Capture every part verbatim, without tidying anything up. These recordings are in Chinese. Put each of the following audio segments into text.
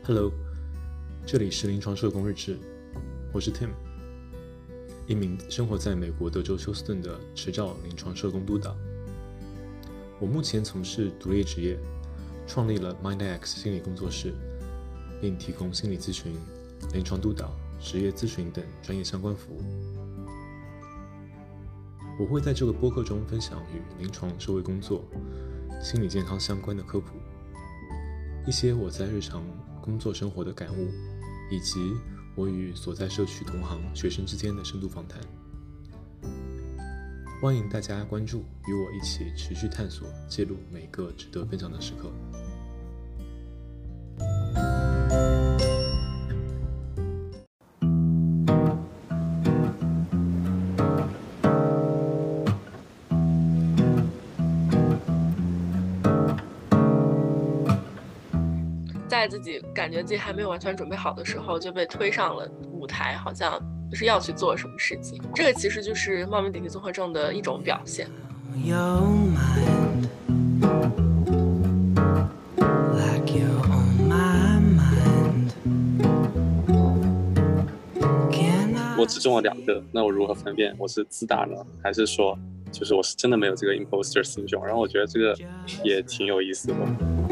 Hello， 这里是临床社工日志，我是 Tim， 一名生活在美国德州休斯顿的持照临床社工督导。我目前从事独立职业，创立了 MindX 心理工作室，并提供心理咨询、临床督导、职业咨询等专业相关服务。我会在这个播客中分享与临床社会工作、心理健康相关的科普，一些我在日常工作生活的感悟，以及我与所在社区同行学生之间的深度访谈。欢迎大家关注，与我一起持续探索，记录每个值得分享的时刻。 在自己感觉自己还没有完全准备好的时候，就被推上了舞台，好像就是要去做什么事情。这个其实就是冒名顶替综合症的一种表现。 我只中了两个，那我如何分辨我是自大呢，还是说就是我是真的没有这个 imposter syndrome？ 然后我觉得这个也挺有意思的。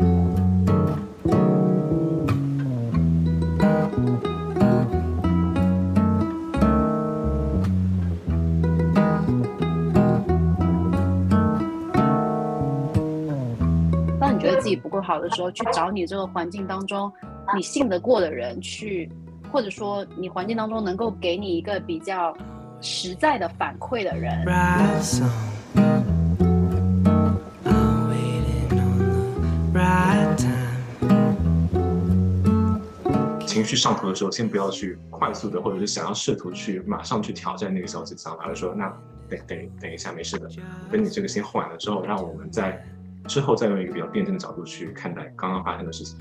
当你觉得自己不够好的时候，去找你这个环境当中你信得过的人去，或者说你环境当中能够给你一个比较实在的反馈的人。 情绪上头的时候，先不要去快速的，或者是想要试图去马上去挑战那个消极想法，而说那等等等一下，没事的，等你这个先缓了之后，让我们在之后再用一个比较辩证的角度去看待刚刚发生的事情。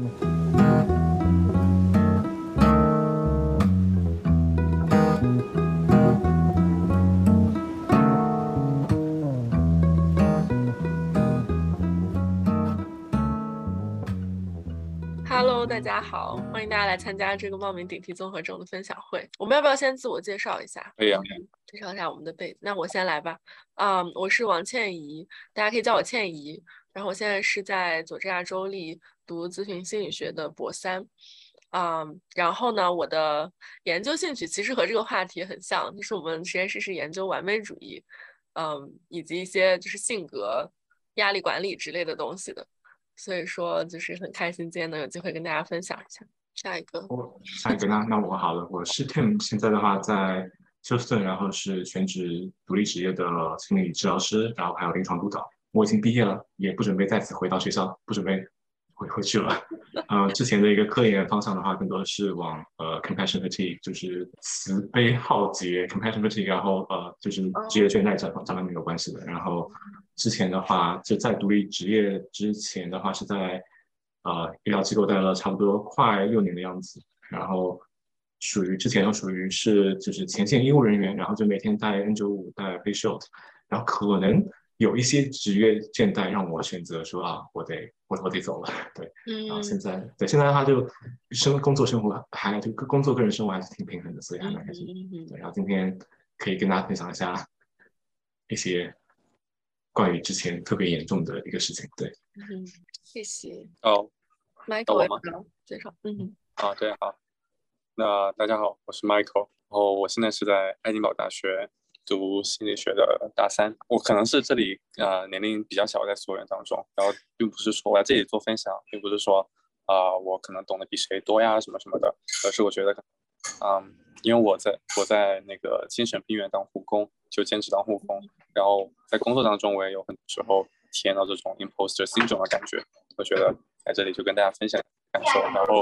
Hello， 大家好，欢迎大家来参加这个冒名顶替综合症的分享会。我们要不要先自我介绍一下？ 可以啊， 介绍一下我们的背景。那我先来吧。啊、um, 我是王倩怡，大家可以叫我倩怡。然后我现在是在佐治亚州立读咨询心理学的博三。啊、um, 然后呢，我的研究兴趣其实和这个话题很像，就是我们实验室是研究完美主义，嗯，以及一些就是性格、压力管理之类的东西的。所以说，就是很开心今天能有机会跟大家分享一下。下一个， 哦、下一个，那那我好了，我是 Tim， 现在的话在休斯顿，然后是全职独立职业的心理治疗师，然后还有临床督导。我已经毕业了，也不准备再次回到学校，不准备回回去了。呃，之前的一个科研方向的话，更多的是往呃 compassion fatigue， 就是慈悲好杰 compassion fatigue， 然后呃就是职业倦怠这方面有关系的。然后之前的话，就在独立职业之前的话，是在呃医疗机构待了差不多快六年的样子，然后属于之前又属于是就是前线医务人员，然后就每天戴 N 九十五 戴 face shield， 然后可能有一些职业倦怠让我选择说啊，我得我我得走了，对， 嗯， 然后现在对现在的话就生工作生活还就工作个人生活还是挺平衡的，所以还蛮开心。 嗯、 对，然后今天可以跟大家分享一下一些关于之前特别严重的一个事情。对， 嗯，谢谢。 哦， Michael， 我吗？ 介绍，嗯， 啊，对，好，那大家好，我是 Michael， 然后我现在是在爱丁堡大学读心理学的大三，我可能是这里呃年龄比较小，在所有人当中，然后并不是说我在这里做分享，并不是说啊、呃、我可能懂得比谁多呀什么什么的，而是我觉得嗯，因为我在我在那个精神病院当护工，就兼职当护工，然后在工作当中我也有很多时候体验到这种 imposter syndrome 的感觉，我觉得在这里就跟大家分享感受，然后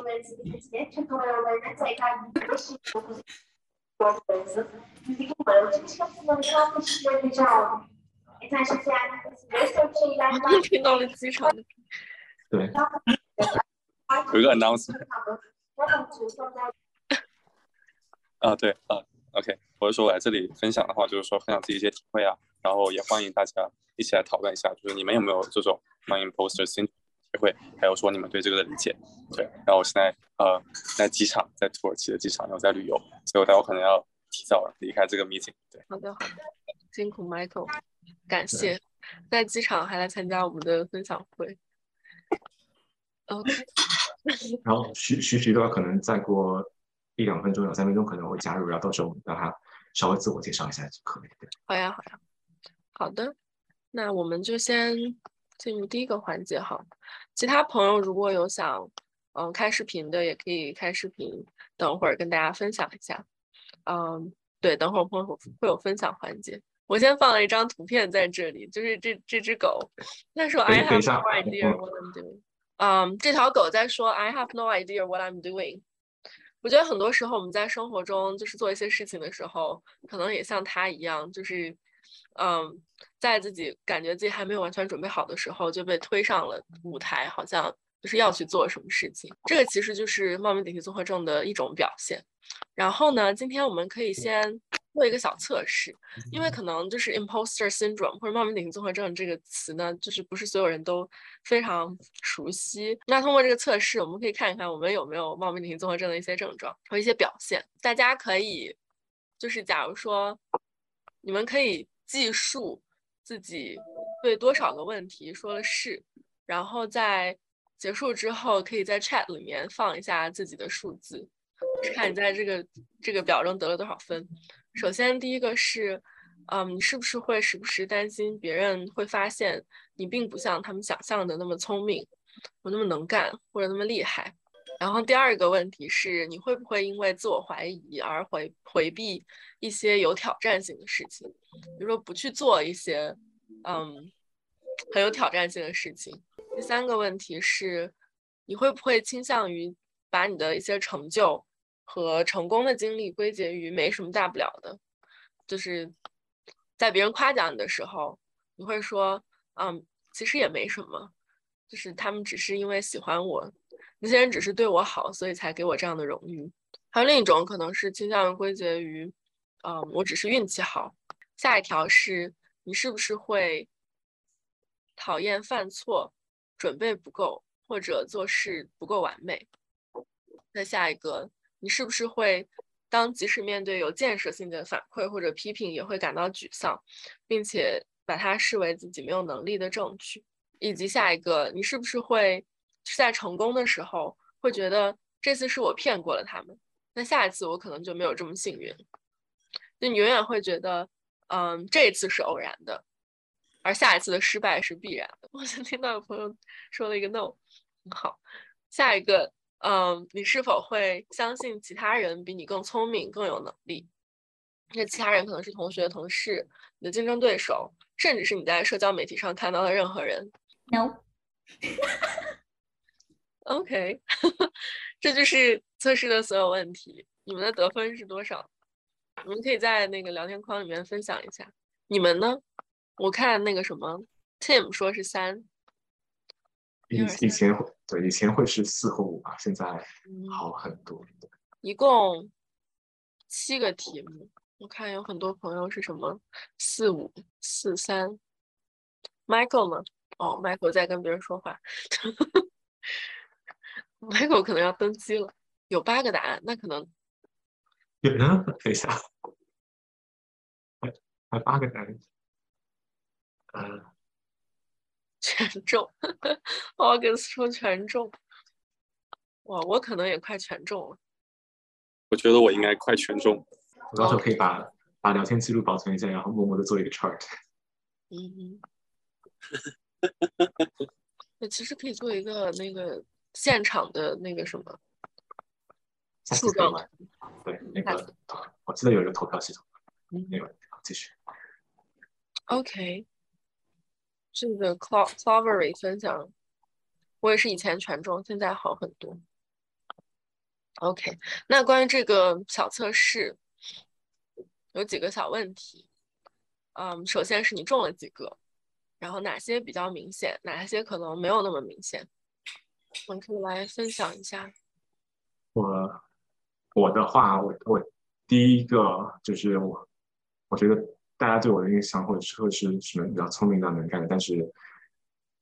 听到了机场的， 对， 有一个 announcement 啊，对啊 ，OK， 我是说我来这里分享的话，就是说分享自己一些体会啊，然后也欢迎大家一起来讨论一下，就是你们有没有这种 my imposter syndrome 也会，还有说你们对这个的理解。对，然后我现在呃在机场，在土耳其的机场，然后在旅游，所以我待会可能要提早离开这个 meeting。对， 好的好的，辛苦 Michael， 感谢在机场还来参加我们的分享会。OK， 然后徐徐徐的话，可能再过一两分钟、两三分钟可能会加入，然后到时候让他稍微自我介绍一下就可以。对， 好呀好呀，好的，那我们就先进入第一个环节哈。其他朋友如果有想嗯开视频的，也可以开视频，等会儿跟大家分享一下。嗯，对，等会儿会会有分享环节。我先放了一张图片在这里，就是这这只狗，它说 I have no idea what I'm doing。嗯，这条狗在说 I have no idea what I'm doing。我觉得很多时候我们在生活中就是做一些事情的时候，可能也像它一样，就是嗯，在自己感觉自己还没有完全准备好的时候，就被推上了舞台，好像就是要去做什么事情。这个其实就是冒名顶替综合症的一种表现。然后呢，今天我们可以先做一个小测试，因为可能就是 imposter syndrome 或者冒名顶替综合症这个词呢，就是不是所有人都非常熟悉。那通过这个测试，我们可以看一看我们有没有冒名顶替综合症的一些症状和一些表现。大家可以就是假如说你们可以计数自己对多少个问题说了是，然后在结束之后可以在 chat 里面放一下自己的数字，看你在这个这个表中得了多少分。首先第一个是嗯，你是不是会时不时担心别人会发现你并不像他们想象的那么聪明，或那么能干，或者那么厉害。然后第二个问题是，你会不会因为自我怀疑而回回避一些有挑战性的事情，比如说不去做一些嗯很有挑战性的事情。第三个问题是，你会不会倾向于把你的一些成就和成功的经历归结于没什么大不了的，就是在别人夸奖你的时候，你会说嗯其实也没什么，就是他们只是因为喜欢我，那些人只是对我好，所以才给我这样的荣誉。还有另一种可能是倾向于归结于嗯我只是运气好。下一条是你是不是会讨厌犯错，准备不够，或者做事不够完美。那下一个，你是不是会当即使面对有建设性的反馈或者批评也会感到沮丧，并且把它视为自己没有能力的证据。以及下一个，你是不是会在成功的时候会觉得这次是我骗过了他们，那下一次我可能就没有这么幸运。就你永远会觉得嗯，这一次是偶然的，而下一次的失败是必然的。我就听到有朋友说了一个 no， 好，下一个，嗯，你是否会相信其他人比你更聪明、更有能力？这其他人可能是同学、同事、你的竞争对手，甚至是你在社交媒体上看到的任何人。 No 。 OK， 这就是测试的所有问题。你们的得分是多少？你们可以在那个聊天框里面分享一下。你们呢？我看那个什么 Tim 说是三， 以以前会对以前会是四或五吧，现在好很多。 嗯、一共七个题目，我看有很多朋友是什么四五四三。Michael 呢？哦 ，Michael 在跟别人说话。Michael 可能要登机了。有八个答案，那可能有呢？等一下，还还八个答案。嗯， 全中。August 说全中。哇，我可能也快全中了。 我觉得我应该快全中。 我到时候可以把、oh. 把聊天记录保存一下，然后默默的做一个 chart。 嗯嗯。其实可以做一个那个现场的那个什么树状图。 对，那个我记得有一个投票系统。 嗯， 那个继续。 OK， 这个 Clovery 分享，我也是以前全中，现在好很多。OK， 那关于这个小测试，有几个小问题。嗯，首先是你中了几个，然后哪些比较明显，哪些可能没有那么明显，我们可以来分享一下。 我我的话，我我第一个就是我，我觉得大家对我的印象或者是会是什么比较聪明的、能干的，但是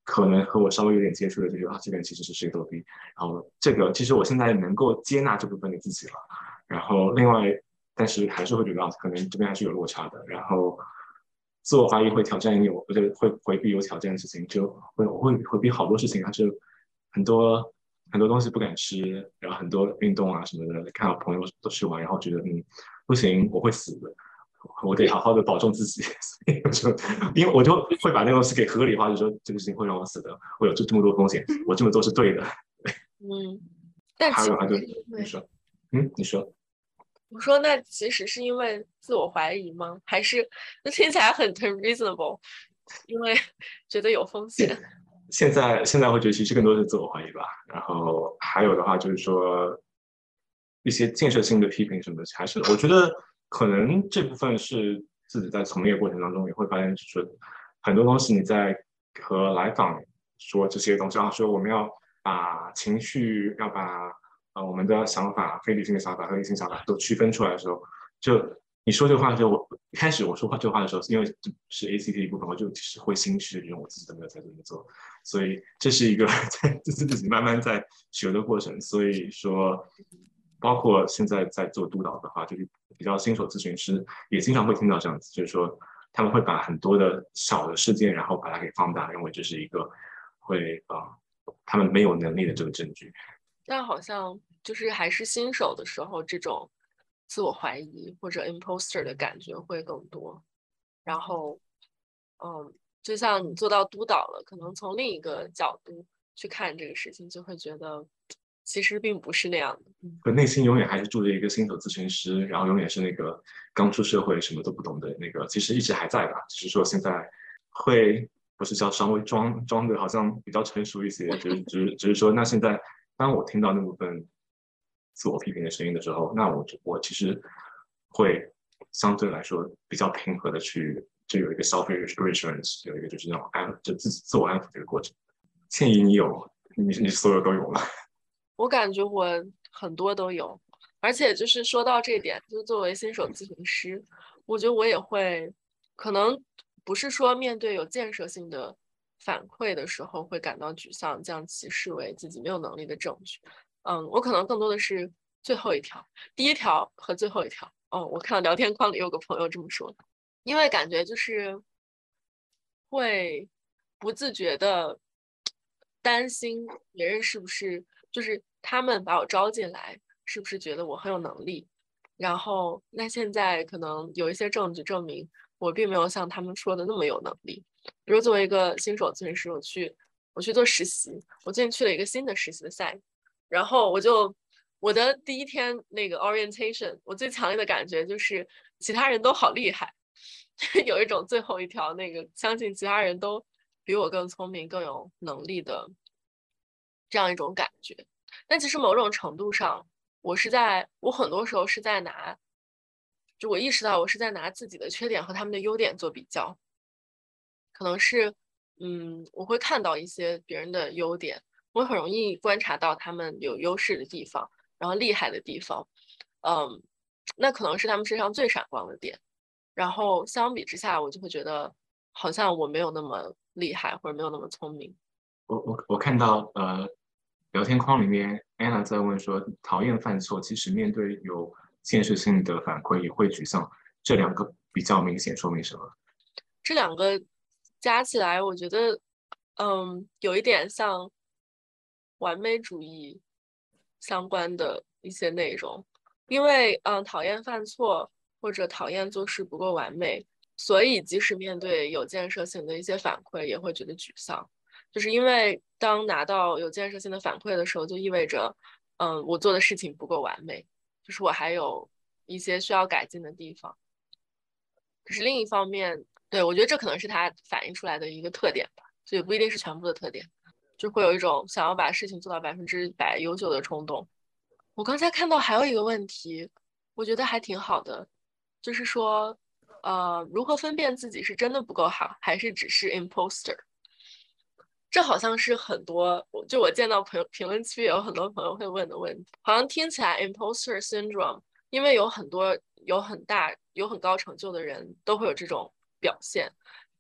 可能和我稍微有点接触的就觉得啊，这个人其实是是一个逗逼。然后这个其实我现在能够接纳这部分的自己了。然后另外，但是还是会觉得啊，可能这边还是有落差的。然后自我怀疑会挑战有，或者会回避有挑战的事情，就会我会回避好多事情，还是很多很多东西不敢吃，然后很多运动啊什么的，看到朋友都吃完，然后觉得嗯不行，我会死的。我得好好的保重自己，所以我就因为我就会把那个东西给合理化，就说这个事情会让我死的，会有这这么多风险，我这么做是对的。 嗯，但还有还就其你说，嗯，你说， 我说那其实是因为自我怀疑吗？还是那听起来很很 reasonable， 因为觉得有风险。 现在现在会觉得其实更多是自我怀疑吧。然后还有的话就是说一些建设性的批评什么的，还是我觉得可能这部分是自己在从业过程当中也会发现，就是很多东西你在和来访说这些东西啊，说我们要把情绪要把呃我们的想法、非理性的想法和理性想法都区分出来的时候，就你说这个话的时候，我一开始我说话这个话的时候，因为是 A C T 的一部分，我就其实会心虚，因为我自己都没有在这么做，所以这是一个在自己慢慢在学的过程。所以说，包括现在在做督导的话，就是比较新手咨询师也经常会听到这样子，就是说他们会把很多的小的事件，然后把它给放大，认为这是一个会啊、呃、他们没有能力的这个证据。 但好像就是还是新手的时候，这种自我怀疑或者 imposter 的感觉会更多。然后，嗯，就像你做到督导了，可能从另一个角度去看这个事情，就会觉得其实并不是那样的。 可内心永远还是住着一个新手咨询师，然后永远是那个刚出社会什么都不懂的那个，其实一直还在吧，只是说现在会不是叫稍微装装的好像比较成熟一些，只是只是只是说，那现在当我听到那部分自我批评的声音的时候，那我我其实会相对来说比较平和的去，就有一个 self reassurance， 有一个就是那种安，就自己自我安抚这个过程。倩怡，你有你你所有都有吗？ 我感觉我很多都有，而且就是说到这点，就作为新手咨询师，我觉得我也会，可能不是说面对有建设性的反馈的时候会感到沮丧，将其视为自己没有能力的证据。嗯，我可能更多的是最后一条，第一条和最后一条。哦，我看到聊天框里有个朋友这么说，因为感觉就是会不自觉的担心别人是不是就是他们把我招进来，是不是觉得我很有能力？然后那现在可能有一些证据证明我并没有像他们说的那么有能力。比如作为一个新手咨询师，我去我去做实习，我最近去了一个新的实习的 site， 然后我就我的第一天那个 orientation， 我最强烈的感觉就是其他人都好厉害，有一种最后一条那个相信其他人都比我更聪明、更有能力的这样一种感觉。但其实某种程度上，我是在我很多时候是在拿，就我意识到我是在拿自己的缺点和他们的优点做比较，可能是嗯，我会看到一些别人的优点，我很容易观察到他们有优势的地方，然后厉害的地方，嗯，那可能是他们身上最闪光的点。然后相比之下，我就会觉得好像我没有那么厉害，或者没有那么聪明。 我我我看到呃，聊天框里面 Anna 在问说，讨厌犯错，其实面对有建设性的反馈也会沮丧，这两个比较明显说明什么？ 这两个加起来，我觉得，嗯，有一点像完美主义相关的一些内容，因为嗯，讨厌犯错或者讨厌做事不够完美，所以即使面对有建设性的一些反馈，也会觉得沮丧。就是因为当拿到有建设性的反馈的时候，就意味着，嗯，我做的事情不够完美，就是我还有一些需要改进的地方。可是另一方面，对，我觉得这可能是它反映出来的一个特点吧，所以不一定是全部的特点，就会有一种想要把事情做到百分之百优秀的冲动。我刚才看到还有一个问题，我觉得还挺好的，就是说，呃，如何分辨自己是真的不够好，还是只是 imposter？这好像是很多，就我见到朋友评论区也有很多朋友会问的问题，好像听起来 imposter syndrome， 因为有很多有很大有很高成就的人都会有这种表现，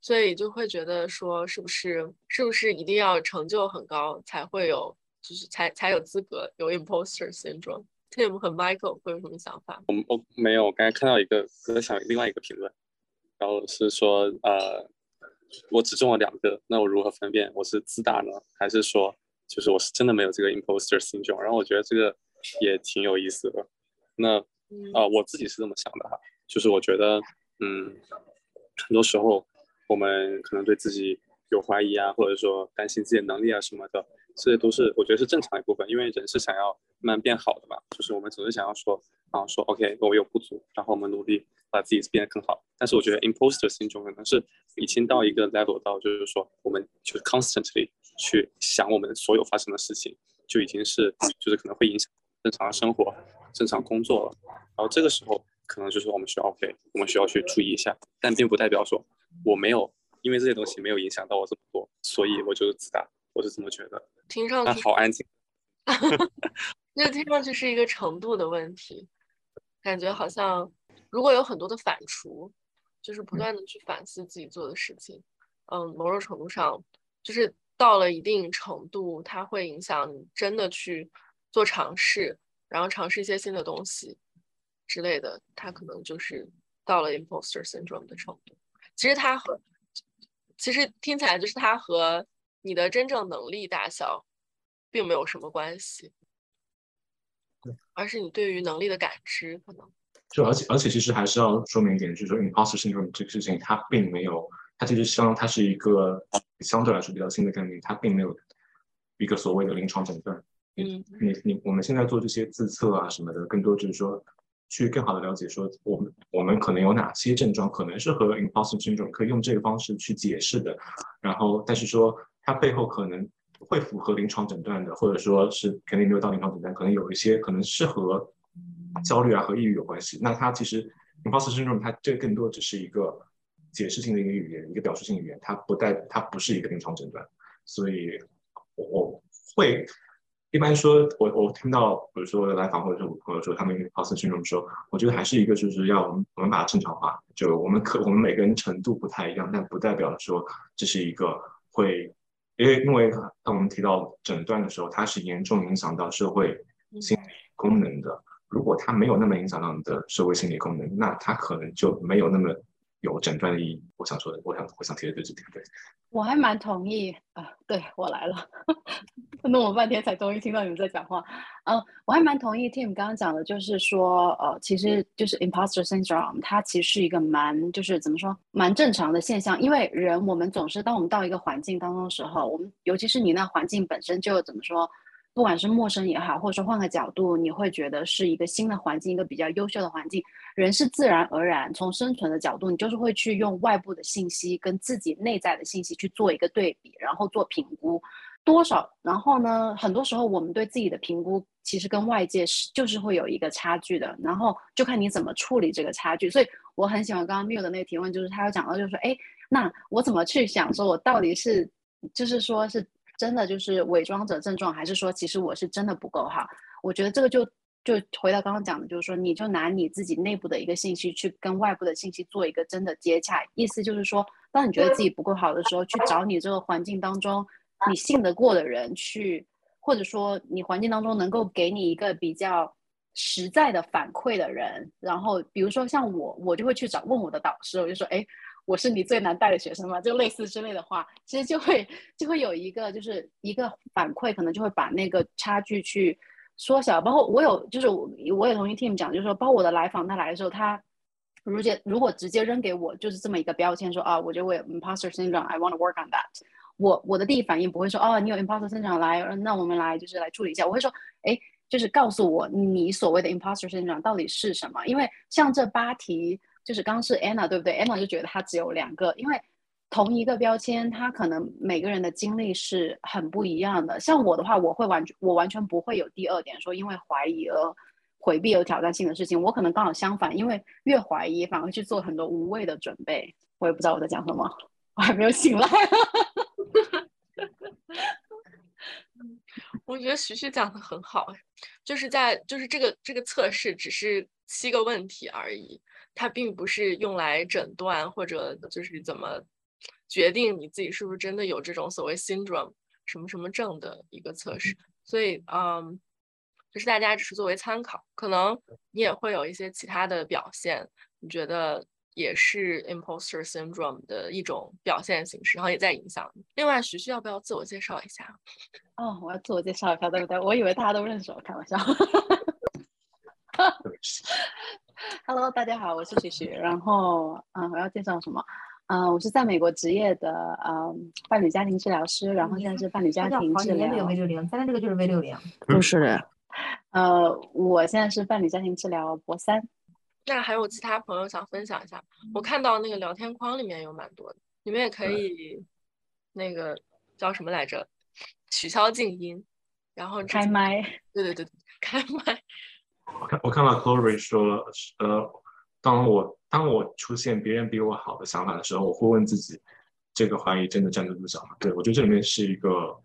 所以就会觉得说，是不是是不是一定要成就很高才会有，就是才才有资格有 imposter syndrome。Tim 和 Michael 会有什么想法？ 我我没有，我刚才看到一个歌想另外一个评论，然后是说呃，我只中了两个，那我如何分辨我是自大呢，还是说就是我是真的没有这个 imposter syndrome？ 然后我觉得这个也挺有意思的。那啊、呃，我自己是这么想的哈，就是我觉得嗯，很多时候我们可能对自己有怀疑啊，或者说担心自己的能力啊什么的，这些都是我觉得是正常一部分，因为人是想要慢慢变好的嘛，就是我们总是想要说，啊说 OK 我有不足，然后我们努力把自己变得更好。但是我觉得 imposter syndrome 可能是已经到一个 level 到，就是说我们就 constantly 去想我们所有发生的事情，就已经是就是可能会影响正常生活、正常工作了。然后这个时候可能就是我们需要 OK， 我们需要去注意一下，但并不代表说我没有因为这些东西没有影响到我这么多，所以我就是自大，我是这么觉得。 听上去好安静。 这听上去是一个程度的问题，感觉好像如果有很多的反刍，就是不断的去反思自己做的事情，嗯，某种程度上就是到了一定程度，它会影响你真的去做尝试，然后尝试一些新的东西之类的，它可能就是到了 imposter syndrome 的程度。其实它和其实听起来就是它和你的真正能力大小并没有什么关系，而是你对于能力的感知可能。 就而且而且其实还是要说明一点，就是说 imposter syndrome 这个事情，它并没有，它其实相它是一个相对来说比较新的概念，它并没有一个所谓的临床诊断。 嗯， 你你我们现在做这些自测啊什么的，更多就是说去更好的了解说我们我们可能有哪些症状可能是和 imposter syndrome 可以用这个方式去解释的，然后但是说它背后可能会符合临床诊断的，或者说是肯定没有到临床诊断，可能有一些可能是和焦虑啊和抑郁有关系。那它其实 imposter syndrome 它这更多只是一个解释性的一个语言，一个表述性语言，它不带它不是一个临床诊断，所以我我会。一般说，我我听到，比如说来访或者是我朋友说他们 imposter syndrome 的时候，我觉得还是一个就是要我们我们把它正常化，就我们可我们每个人程度不太一样，但不代表说这是一个会，因为因为当我们提到诊断的时候，它是严重影响到社会心理功能的。如果它没有那么影响到你的社会心理功能，那它可能就没有那么有诊断的意义。我想说的，我想我想提的就是这个。对， 我还蛮同意啊，对我来了，弄了半天才终于听到你们在讲话。嗯，我还蛮同意 Tim 刚刚讲的，就是说，呃，其实就是 imposter syndrome，它其实是一个蛮，就是怎么说，蛮正常的现象。因为人，我们总是当我们到一个环境当中的时候，我们尤其是你那环境本身就怎么说，不管是陌生也好，或者说换个角度，你会觉得是一个新的环境，一个比较优秀的环境。人是自然而然从生存的角度，你就是会去用外部的信息跟自己内在的信息去做一个对比，然后做评估多少。然后呢，很多时候我们对自己的评估其实跟外界是就是会有一个差距的，然后就看你怎么处理这个差距。所以我很喜欢刚刚 Miu 的那个提问，就是他有讲到，就是说，哎，那我怎么去想说我到底是就是说是真的就是伪装者症状，还是说其实我是真的不够好？我觉得这个就就回到刚刚讲的，就是说，你就拿你自己内部的一个信息去跟外部的信息做一个真的接洽。意思就是说，当你觉得自己不够好的时候，去找你这个环境当中你信得过的人去，或者说你环境当中能够给你一个比较实在的反馈的人。然后，比如说像我，我就会去找问我的导师，我就说，哎，我是你最难带的学生吗？就类似之类的话，其实就会就会有一个就是一个反馈，可能就会把那个差距去缩小。包括我有，就是我也同意 Tim 讲，就是说，包括我的来访他来的时候，他如果如果直接扔给我就是这么一个标签说啊，我觉得我有 imposter syndrome，I want to work on that。我我的第一反应不会说哦，你有 imposter syndrome， 来，那我们来就是来处理一下。我会说，哎，就是告诉我你所谓的 imposter syndrome 到底是什么？因为像这八题，就是刚是 Anna 对不对 ？Anna 就觉得她只有两个，因为同一个标签，它可能每个人的经历是很不一样的。像我的话，我会完全我完全不会有第二点说因为怀疑而回避有挑战性的事情。我可能刚好相反，因为越怀疑反而去做很多无谓的准备。我也不知道我在讲什么，我还没有醒来。 我觉得徐徐讲的很好，就是在就是这个这个测试只是七个问题而已，它并不是用来诊断或者就是怎么决定你自己是不是真的有这种所谓 syndrome 什么什么症的一个测试。所以，嗯，就是大家只是作为参考，可能你也会有一些其他的表现，你觉得也是 imposter syndrome 的一种表现形式，然后也在影响你。另外，徐徐要不要自我介绍一下？ 哦，我要自我介绍一下，对不对？我以为大家都认识我，开玩笑。Hello， 大家好，我是徐徐。然后，嗯，我要介绍什么？嗯，我是在美国执业的，嗯，伴侣家庭治疗师，然后现在是伴侣家庭治疗。 这个 V 六零，咱俩这个就是 V 六零。 不是的，呃，我现在是伴侣家庭治疗博三。 那还有其他朋友想分享一下？我看到那个聊天框里面有蛮多的，你们也可以那个叫什么来着？取消静音，然后开麦。 对对对，开麦。 我看我看到 Chloe 说了，呃，当我当我出现别人比我好的想法的时候，我会问自己，这个怀疑真的站得住脚吗？对，我觉得这里面是一个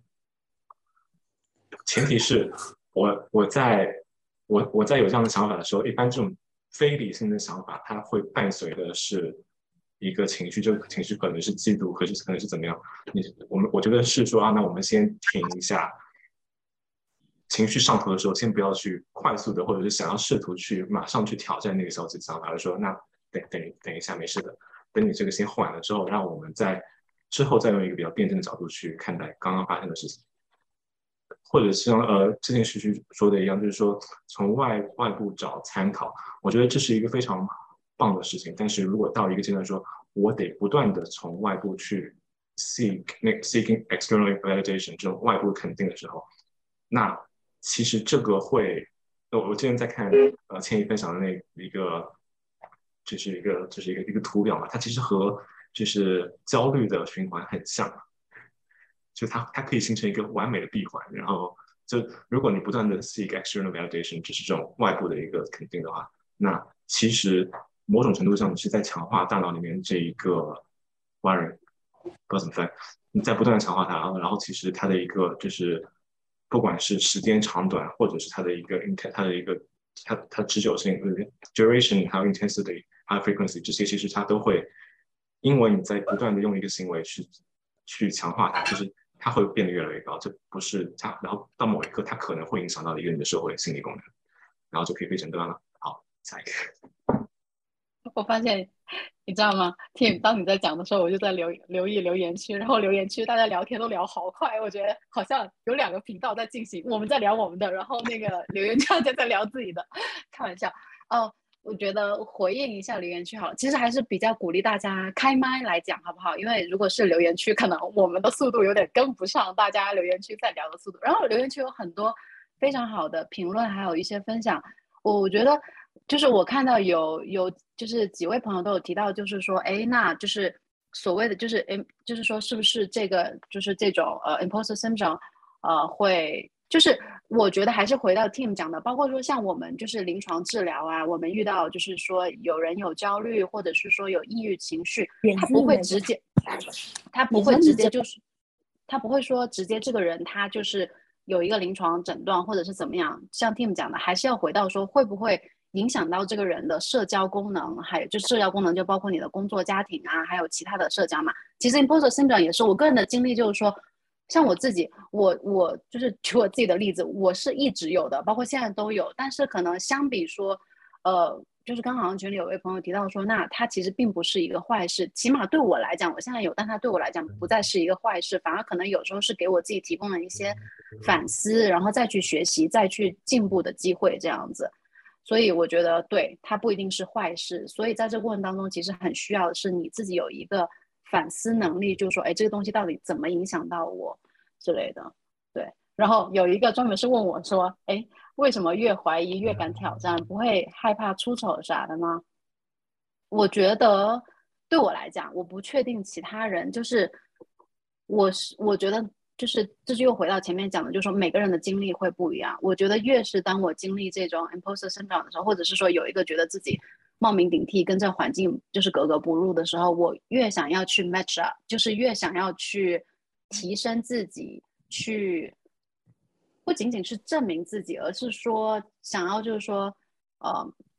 前提是我我在我我在有这样的想法的时候，一般这种非理性的想法，它会伴随的是一个情绪，这个情绪可能是嫉妒，可是可能是怎么样？你我们我觉得是说啊，那我们先停一下。情绪上头的时候，先不要去快速的，或者是想要试图去马上去挑战那个消极想法，而说那等等等一下，没事的，等你这个先缓了之后，让我们在之后再用一个比较辩证的角度去看待刚刚发生的事情，或者是像呃之前徐徐说的一样，就是说从外外部找参考，我觉得这是一个非常棒的事情。但是如果到一个阶段说，我得不断的从外部去 seek seeking external validation 这种外部肯定的时候，那其实这个会，我之前在看呃千亿分享的那一个，就是一个就是一个一个图表嘛，它其实和就是焦虑的循环很像，就它它可以形成一个完美的闭环。然后就如果你不断的 seek external validation， 就是这种外部的一个肯定的话，那其实某种程度上你是在强化大脑里面这一个 wiring， 不知道怎么翻，你在不断的强化它，然后其实它的一个就是。不管是时间长短，或者是它的一个它的一个它它持久性 duration 还有 intensity 还有 frequency 这些，其实它都会因为你在不断的用一个行为去去强化它，就是它会变得越来越高。这不是它，然后到某一刻它可能会影响到一个你的社会心理功能，然后就可以被诊断了。好，下一个。 我发现你知道吗 Tim， 当你在讲的时候，我就在留留意留言区，然后留言区大家聊天都聊好快，我觉得好像有两个频道在进行，我们在聊我们的，然后那个留言区大家在聊自己的，开玩笑哦。我觉得回应一下留言区好了，其实还是比较鼓励大家开麦来讲好不好？因为如果是留言区，可能我们的速度有点跟不上大家留言区在聊的速度。然后留言区有很多非常好的评论，还有一些分享，我觉得就是我看到有有就是几位朋友都有提到，就是说，哎，那就是所谓的就是哎，就是说是不是这个就是这种呃 imposter syndrome 呃会。就是我觉得还是回到 Tim 讲的，包括说像我们就是临床治疗啊，我们遇到就是说有人有焦虑，或者是说有抑郁情绪，他不会直接，他不会直接就是，他不会说直接这个人他就是有一个临床诊断或者是怎么样。像 Tim 讲的，还是要回到说会不会影响到这个人的社交功能，还有就社交功能就包括你的工作、家庭啊，还有其他的社交嘛。其实 imposter syndrome 也是我个人的经历，就是说。像我自己，我我就是举我自己的例子，我是一直有的，包括现在都有。但是可能相比说，呃，就是刚好像群里有位朋友提到说，那它其实并不是一个坏事，起码对我来讲，我现在有，但它对我来讲不再是一个坏事，反而可能有时候是给我自己提供了一些反思，然后再去学习、再去进步的机会，这样子。所以我觉得，对，它不一定是坏事。所以在这个过程当中，其实很需要的是你自己有一个。反思能力，就是说，哎，这个东西到底怎么影响到我之类的，对。然后有一个专门是问我说，哎，为什么越怀疑越敢挑战？不会害怕出丑啥的吗？我觉得对我来讲，我不确定其他人，就是我是我觉得就是这是又回到前面讲的，就是说每个人的经历会不一样。我觉得越是当我经历这种 imposter syndrome 的时候，或者是说有一个觉得自己冒名顶替跟这环境就是格格不入的时候，我越想要去 match up， 就是越想要去提升自己，去不仅仅是证明自己，而是说想要就是说呃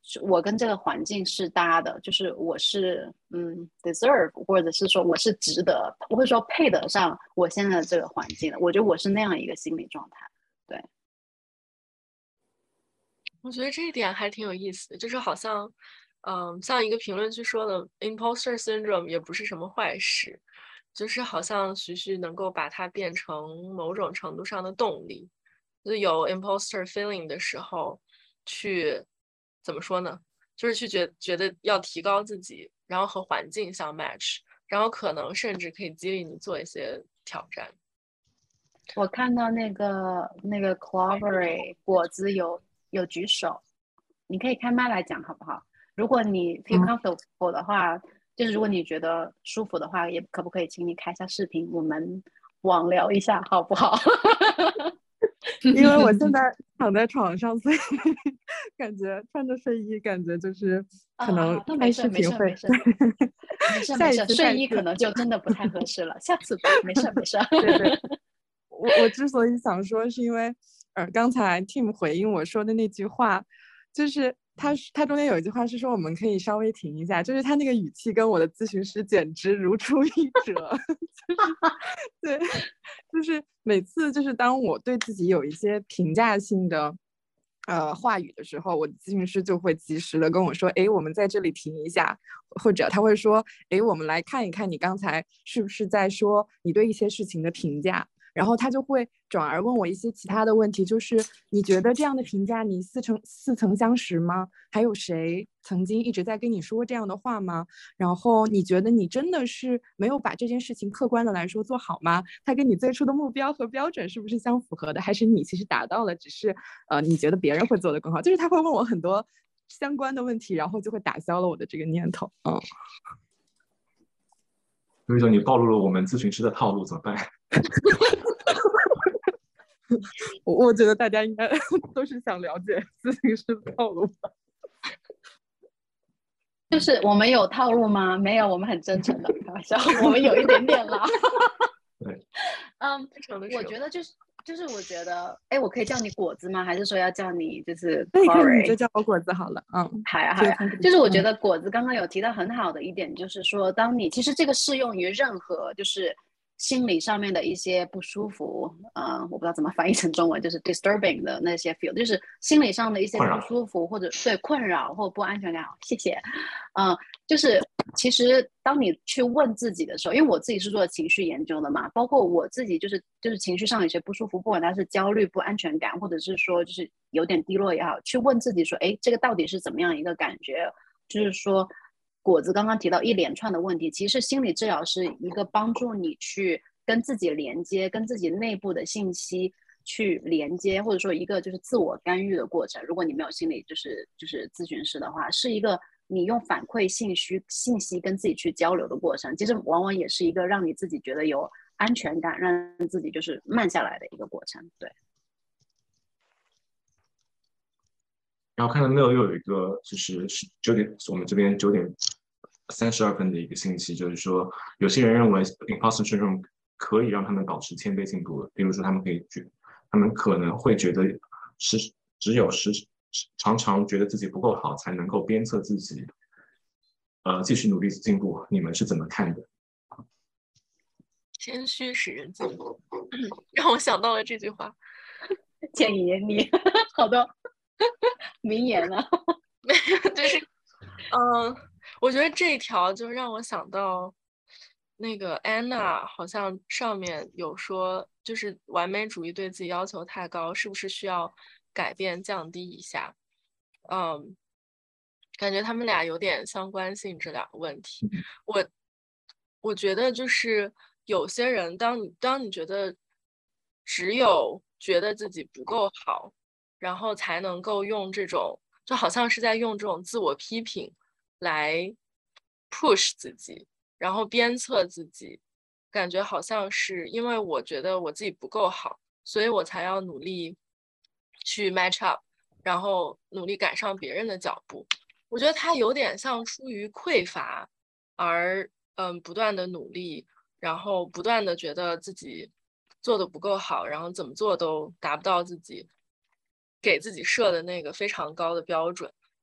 我跟这个环境是搭的，就是我是嗯 deserve， 或者是说我是值得，不会说配得上我现在的这个环境的。我觉得我是那样一个心理状态。对， 我觉得这一点还挺有意思的，就是好像，嗯，像一个评论区说的 imposter syndrome 也不是什么坏事，就是好像徐徐能够把它变成某种程度上的动力，就是有 imposter feeling 的时候，去怎么说呢？就是去觉觉得要提高自己，然后和环境相 match，然后可能甚至可以激励你做一些挑战。 我看到那个那个 Clovery 果子有有举手，你可以开麦来讲好不好？如果你 feel comfortable 的话，嗯、就是如果你觉得舒服的话，也可不可以请你开一下视频，我们网聊一下好不好？ 因为我现在躺在床上，所以感觉穿着睡衣，感觉就是可能开视频会。 没事没事没事没事，睡衣可能就真的不太合适了，下次吧，没事没事。 对对，我我之所以想说，是因为呃，刚才 Tim 回应我说的那句话，就是他他中间有一句话是说我们可以稍微停一下，就是他那个语气跟我的咨询师简直如出一辙，就是对，就是每次就是当我对自己有一些评价性的呃话语的时候，我的咨询师就会及时的跟我说，哎，我们在这里停一下，或者他会说，哎，我们来看一看你刚才是不是在说你对一些事情的评价。然后他就会转而问我一些其他的问题，就是你觉得这样的评价你似曾似曾相识吗？还有谁曾经一直在跟你说这样的话吗？然后你觉得你真的是没有把这件事情客观的来说做好吗？他跟你最初的目标和标准是不是相符合的？还是你其实达到了，只是呃你觉得别人会做得更好？就是他会问我很多相关的问题，然后就会打消了我的这个念头。嗯。 有一种你暴露了我们咨询师的套路怎么办？ 我我觉得大家应该都是想了解咨询师的套路吧。 就是我们有套路吗？没有，我们很真诚的开玩笑，我们有一点点啦。 对， 嗯，我觉得就是就是我觉得，哎，我可以叫你果子吗？还是说要叫你就是？ 可以可以，你就叫我果子好了。嗯， 好呀好呀。就是我觉得果子刚刚有提到很好的一点，就是说，当你其实这个适用于任何就是心理上面的一些不舒服，呃，我不知道怎么翻译成中文，就是 disturbing 的那些 feel， 就是心理上的一些不舒服或者对困扰或不安全感。谢谢。嗯、呃，就是其实当你去问自己的时候，因为我自己是做情绪研究的嘛，包括我自己就是就是情绪上有些不舒服，不管它是焦虑、不安全感，或者是说就是有点低落也好，去问自己说，哎，这个到底是怎么样一个感觉？就是说。果子刚刚提到一连串的问题，其实心理治疗是一个帮助你去跟自己连接，跟自己内部的信息去连接，或者说一个就是自我干预的过程。如果你没有心理就是就是咨询师的话，是一个你用反馈信息信息跟自己去交流的过程。其实往往也是一个让你自己觉得有安全感，让自己就是慢下来的一个过程。对。 然后看到 mail 又有一个就是九点，我们这边九点三十二分的一个信息，就是说有些人认为 imposter syndrome 可以让他们保持谦卑进步，比如说他们可以觉，他们可能会觉得是只有时常常觉得自己不够好，才能够鞭策自己，呃，继续努力进步。你们是怎么看的？ 谦虚使人进步，让我想到了这句话。 建议你好多名言啊。 没有，就是嗯，我觉得这一条就让我想到那个安娜，好像上面有说，就是完美主义对自己要求太高，是不是需要改变降低一下？嗯，感觉他们俩有点相关性，这两个问题。我我觉得就是有些人，当你当你觉得只有觉得自己不够好，然后才能够用这种，就好像是在用这种自我批评来 push 自己，然后鞭策自己，感觉好像是因为我觉得我自己不够好，所以我才要努力去 match up， 然后努力赶上别人的脚步。我觉得他有点像出于匮乏而嗯不断的努力，然后不断的觉得自己做的不够好，然后怎么做都达不到自己给自己设的那个非常高的标准。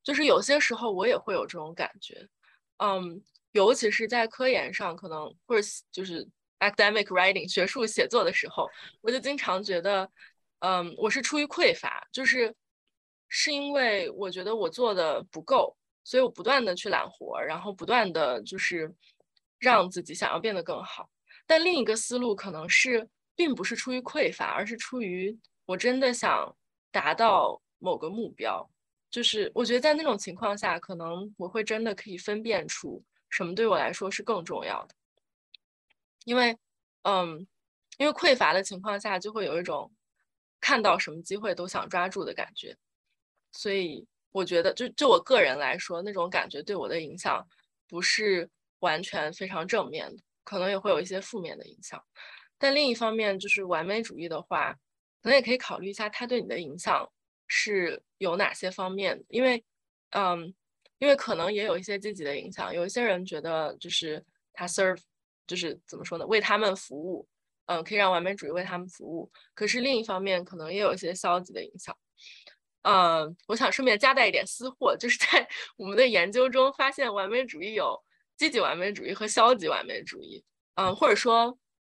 就是有些时候我也会有这种感觉，嗯，尤其是在科研上，可能或者就是 academic writing 学术写作的时候，我就经常觉得，嗯，我是出于匮乏，就是是因为我觉得我做的不够，所以我不断的去揽活，然后不断的就是让自己想要变得更好。但另一个思路可能是，并不是出于匮乏，而是出于我真的想达到某个目标。就是我觉得在那种情况下，可能我会真的可以分辨出什么对我来说是更重要的。因为，嗯，因为匮乏的情况下，就会有一种看到什么机会都想抓住的感觉。所以我觉得就，就就我个人来说，那种感觉对我的影响不是完全非常正面的，可能也会有一些负面的影响。但另一方面，就是完美主义的话，可能也可以考虑一下它对你的影响是有哪些方面，因为，嗯，因为可能也有一些积极的影响。有一些人觉得，就是他 serve， 就是怎么说呢，为他们服务，嗯，可以让完美主义为他们服务。可是另一方面，可能也有一些消极的影响。嗯，我想顺便夹带一点私货，就是在我们的研究中发现，完美主义有积极完美主义和消极完美主义，嗯，或者说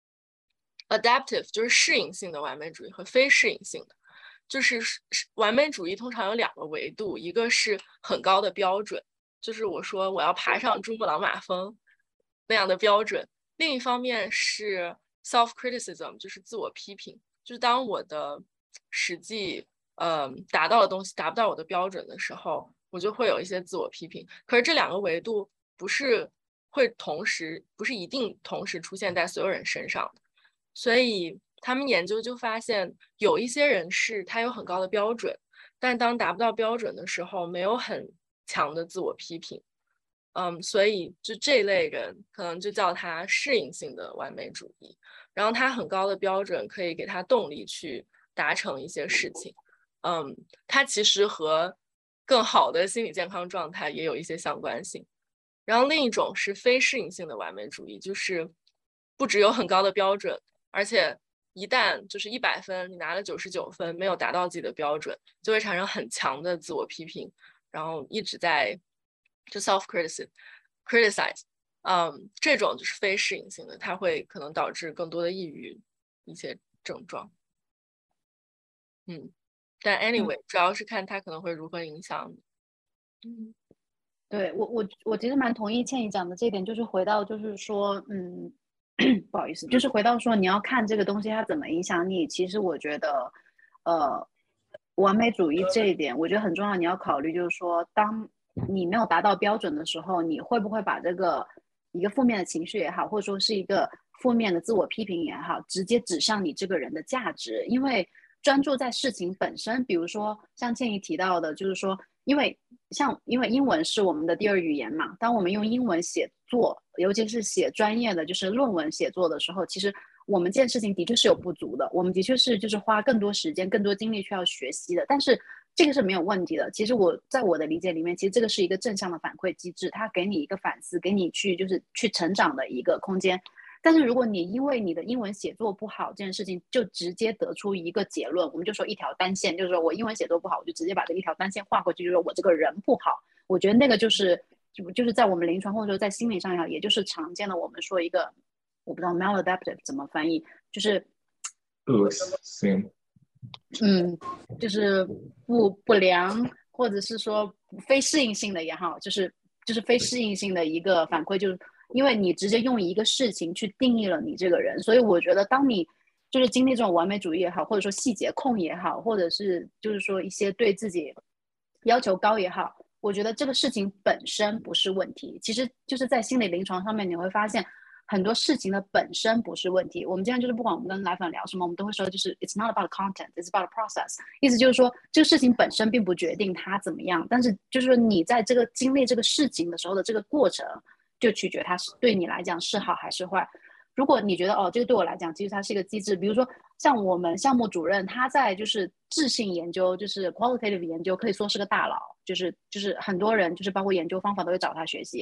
adaptive 就是适应性的完美主义和非适应性的。就是完美主义通常有两个维度，一个是很高的标准，就是我说我要爬上珠穆朗玛峰那样的标准；另一方面是 self criticism， 就是自我批评，就是当我的实际呃达到的东西达不到我的标准的时候，我就会有一些自我批评。可是这两个维度不是会同时，不是一定同时出现在所有人身上的，所以他们研究就发现，有一些人是他有很高的标准，但当达不到标准的时候，没有很强的自我批评。嗯，所以就这一类人，可能就叫他适应性的完美主义。然后他很高的标准可以给他动力去达成一些事情。嗯，他其实和更好的心理健康状态也有一些相关性。然后另一种是非适应性的完美主义，就是不只有很高的标准，而且一旦就是一百分，你拿了九十九分，没有达到自己的标准，就会产生很强的自我批评，然后一直在就 self criticize criticize， 嗯，这种就是非适应性的，它会可能导致更多的抑郁一些症状。嗯，但 anyway，嗯，主要是看它可能会如何影响你。 嗯。对，我我我其实蛮同意倩怡讲的这一点，就是回到就是说，嗯，不好意思，就是回到说你要看这个东西它怎么影响你。其实我觉得，呃，完美主义这一点，我觉得很重要。你要考虑就是说，当你没有达到标准的时候，你会不会把这个一个负面的情绪也好，或者说是一个负面的自我批评也好，直接指向你这个人的价值？因为专注在事情本身，比如说像倩怡提到的，就是说。因为像因为英文是我们的第二语言嘛，当我们用英文写作，尤其是写专业的就是论文写作的时候，其实我们这件事情的确是有不足的，我们的确是就是花更多时间、更多精力需要学习的。但是这个是没有问题的。其实我在我的理解里面，其实这个是一个正向的反馈机制，它给你一个反思，给你去就是去成长的一个空间。但是如果你因为你的英文写作不好这件事情，就直接得出一个结论，我们就说一条单线，就是说我英文写作不好，我就直接把这一条单线画过去，就是说我这个人不好。我觉得那个就是就就是在我们临床或者说在心理上也好，也就是常见的我们说一个，我不知道 maladaptive 怎么翻译，就是恶性， 嗯，就是不不良，或者是说非适应性的也好，就是就是非适应性的一个反馈，就是因为你直接用一个事情去定义了你这个人。所以我觉得当你就是经历这种完美主义也好，或者说细节控也好，或者是就是说一些对自己要求高也好，我觉得这个事情本身不是问题。其实就是在心理临床上面你会发现很多事情的本身不是问题。我们今天就是不管我们跟来访聊什么，我们都会说就是 it's not about content, it's about process。 意思就是说这个事情本身并不决定它怎么样，但是就是说你在这个经历这个事情的时候的这个过程，就取决它是对你来讲是好还是坏。如果你觉得哦，这个对我来讲其实它是一个机制，比如说像我们项目主任他在就是质性研究，就是 qualitative 研究可以说是个大佬，就是就是很多人就是包括研究方法都会找他学习。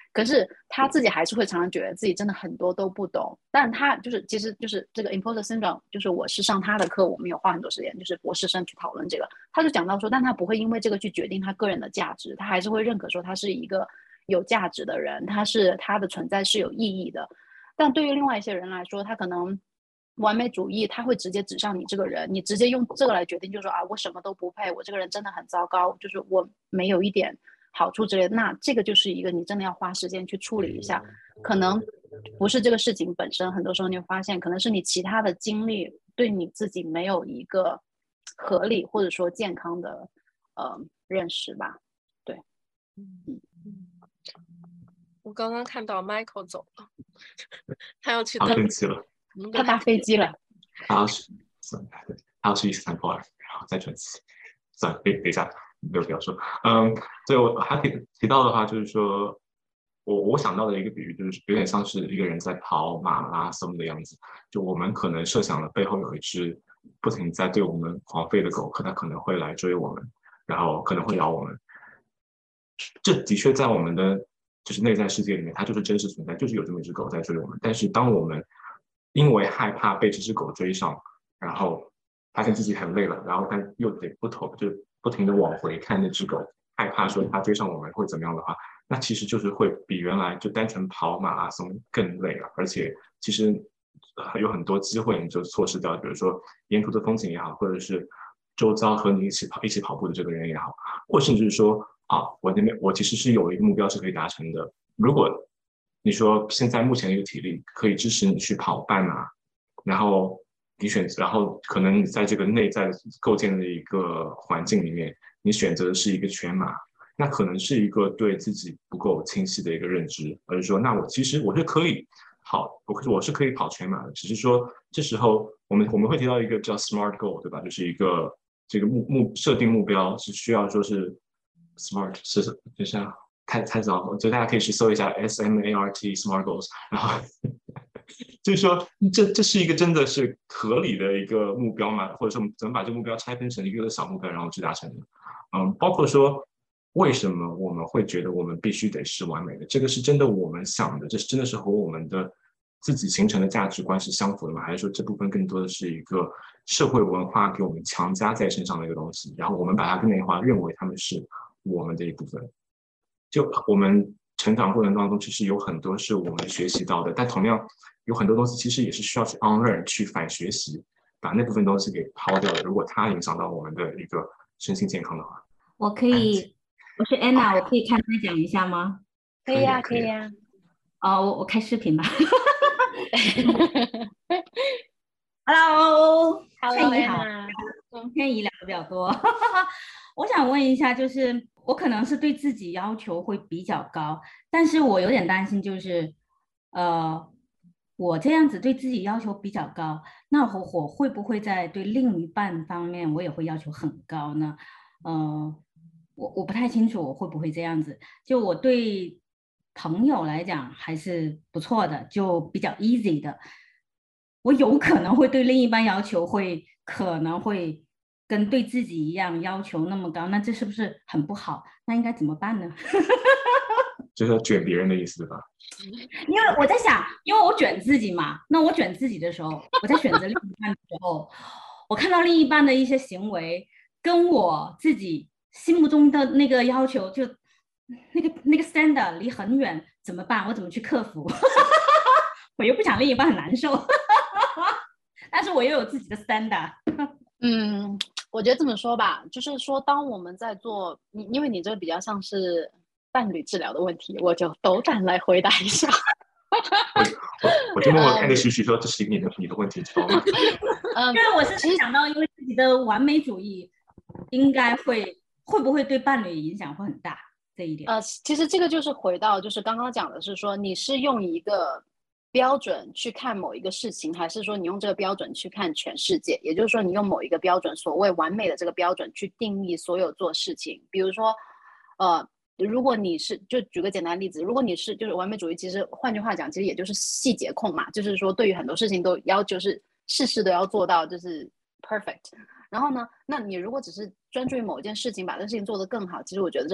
可是他自己还是会常常觉得自己真的很多都不懂。但他就是其实就是这个 imposter syndrome， 就是我是上他的课，我们有花很多时间，就是博士生去讨论这个，他就讲到说，但他不会因为这个去决定他个人的价值，他还是会认可说他是一个有价值的人，他是他的存在是有意义的。但对于另外一些人来说，他可能完美主义，他会直接指向你这个人，你直接用这个来决定，就说啊，我什么都不配，我这个人真的很糟糕，就是我没有一点好处之类的。那这个就是一个你真的要花时间去处理一下，可能不是这个事情本身，很多时候你会发现，可能是你其他的经历对你自己没有一个合理或者说健康的呃认识吧。对，嗯。 我刚刚看到 Michael 走了，他要去好生气了， 他搭飞机了， 他要去，他要去伊斯坦布尔，然后再转机。算了，等等一下，没有必要说。嗯，对，我还提提到的话，就是说我我想到的一个比喻，就是有点像是一个人在跑马拉松的样子。就我们可能设想了背后有一只不停在对我们狂吠的狗，可它可能会来追我们，然后可能会咬我们。这的确在我们的就是内在世界里面，它就是真实存在，就是有这么一只狗在追我们。但是当我们因为害怕被这只狗追上，然后发现自己很累了，然后但又得不同就不停的往回看那只狗，害怕说它追上我们会怎么样的话，那其实就是会比原来就单纯跑马拉松更累了。而且其实、呃、有很多机会你就错失掉，比如说沿途的风景也好，或者是周遭和你一起跑一起跑步的这个人也好，或甚至是说啊，我那边我其实是有一个目标是可以达成的。如果你说现在目前的一个体力可以支持你去跑半马，然后你选择，然后可能你在这个内在构建的一个环境里面，你选择的是一个全马，那可能是一个对自己不够清晰的一个认知，而是说，那我其实我是可以跑，我是可以跑全马的，只是说这时候我们我们会提到一个叫 SMART goal， 对吧？就是一个这个目目设定目标是需要说是 SMART 是就像太太早，就大家可以去搜一下 S M A R T SMART goals， 然后就是说这这是一个真的是合理的一个目标嘛？或者说怎么把这个目标拆分成一个小目标，然后去达成的？嗯，包括说为什么我们会觉得我们必须得是完美的？这个是真的我们想的，这是真的是和我们的自己形成的价值观是相符的吗？还是说这部分更多的是一个社会文化给我们强加在身上的一个东西，然后我们把它内化，认为他们是我们的一部分？就我们成长过程当中，其实有很多是我们学习到的，但同样有很多东西其实也是需要去 unlearn 去反学习，把那部分东西给抛掉的。如果它影响到我们的一个身心健康的话， 我可以，我是 Anna， 我可以看他讲一下吗？ 可以呀，可以呀。 哦，我我开视频吧。Hello， Hello， 你好。跟天怡聊的比较多。我想问一下，就是我可能是对自己要求会比较高，但是我有点担心，就是呃，我这样子对自己要求比较高，那我我会不会在对另一半方面我也会要求很高呢？呃，我我不太清楚我会不会这样子。就我对朋友来讲还是不错的，就比较 easy 的。我有可能会对另一半要求会可能会跟对自己一样要求那么高，那这是不是很不好？那应该怎么办呢？ 就是要卷别人的意思吧？ 因为我在想，因为我卷自己嘛，那我卷自己的时候，我在选择另一半的时候，我看到另一半的一些行为跟我自己心目中的那个要求就那个那个 standard 离很远，怎么办？我怎么去克服？我又不想另一半很难受，但是我又有自己的 standard。 嗯，我觉得这么说吧，就是说，当我们在做，你因为你这个比较像是伴侣治疗的问题，我就斗胆来回答一下。 我我就默默看着徐徐说：“这是你的你的问题，知道吗？” 嗯，因为我是想到，因为自己的完美主义，应该会会不会对伴侣影响会很大这一点。 呃，其实这个就是回到，就是刚刚讲的是说，你是用一个标准去看某一个事情，还是说你用这个标准去看全世界？也就是说，你用某一个标准，所谓完美的这个标准去定义所有做事情。比如说，呃，如果你是，就举个简单的例子，如果你是就是完美主义，其实换句话讲，其实也就是细节控嘛，就是说对于很多事情都要就是事事都要做到就是 perfect。然后呢，那你如果只是专注于某一件事情，把这个事情做得更好，其实我觉得这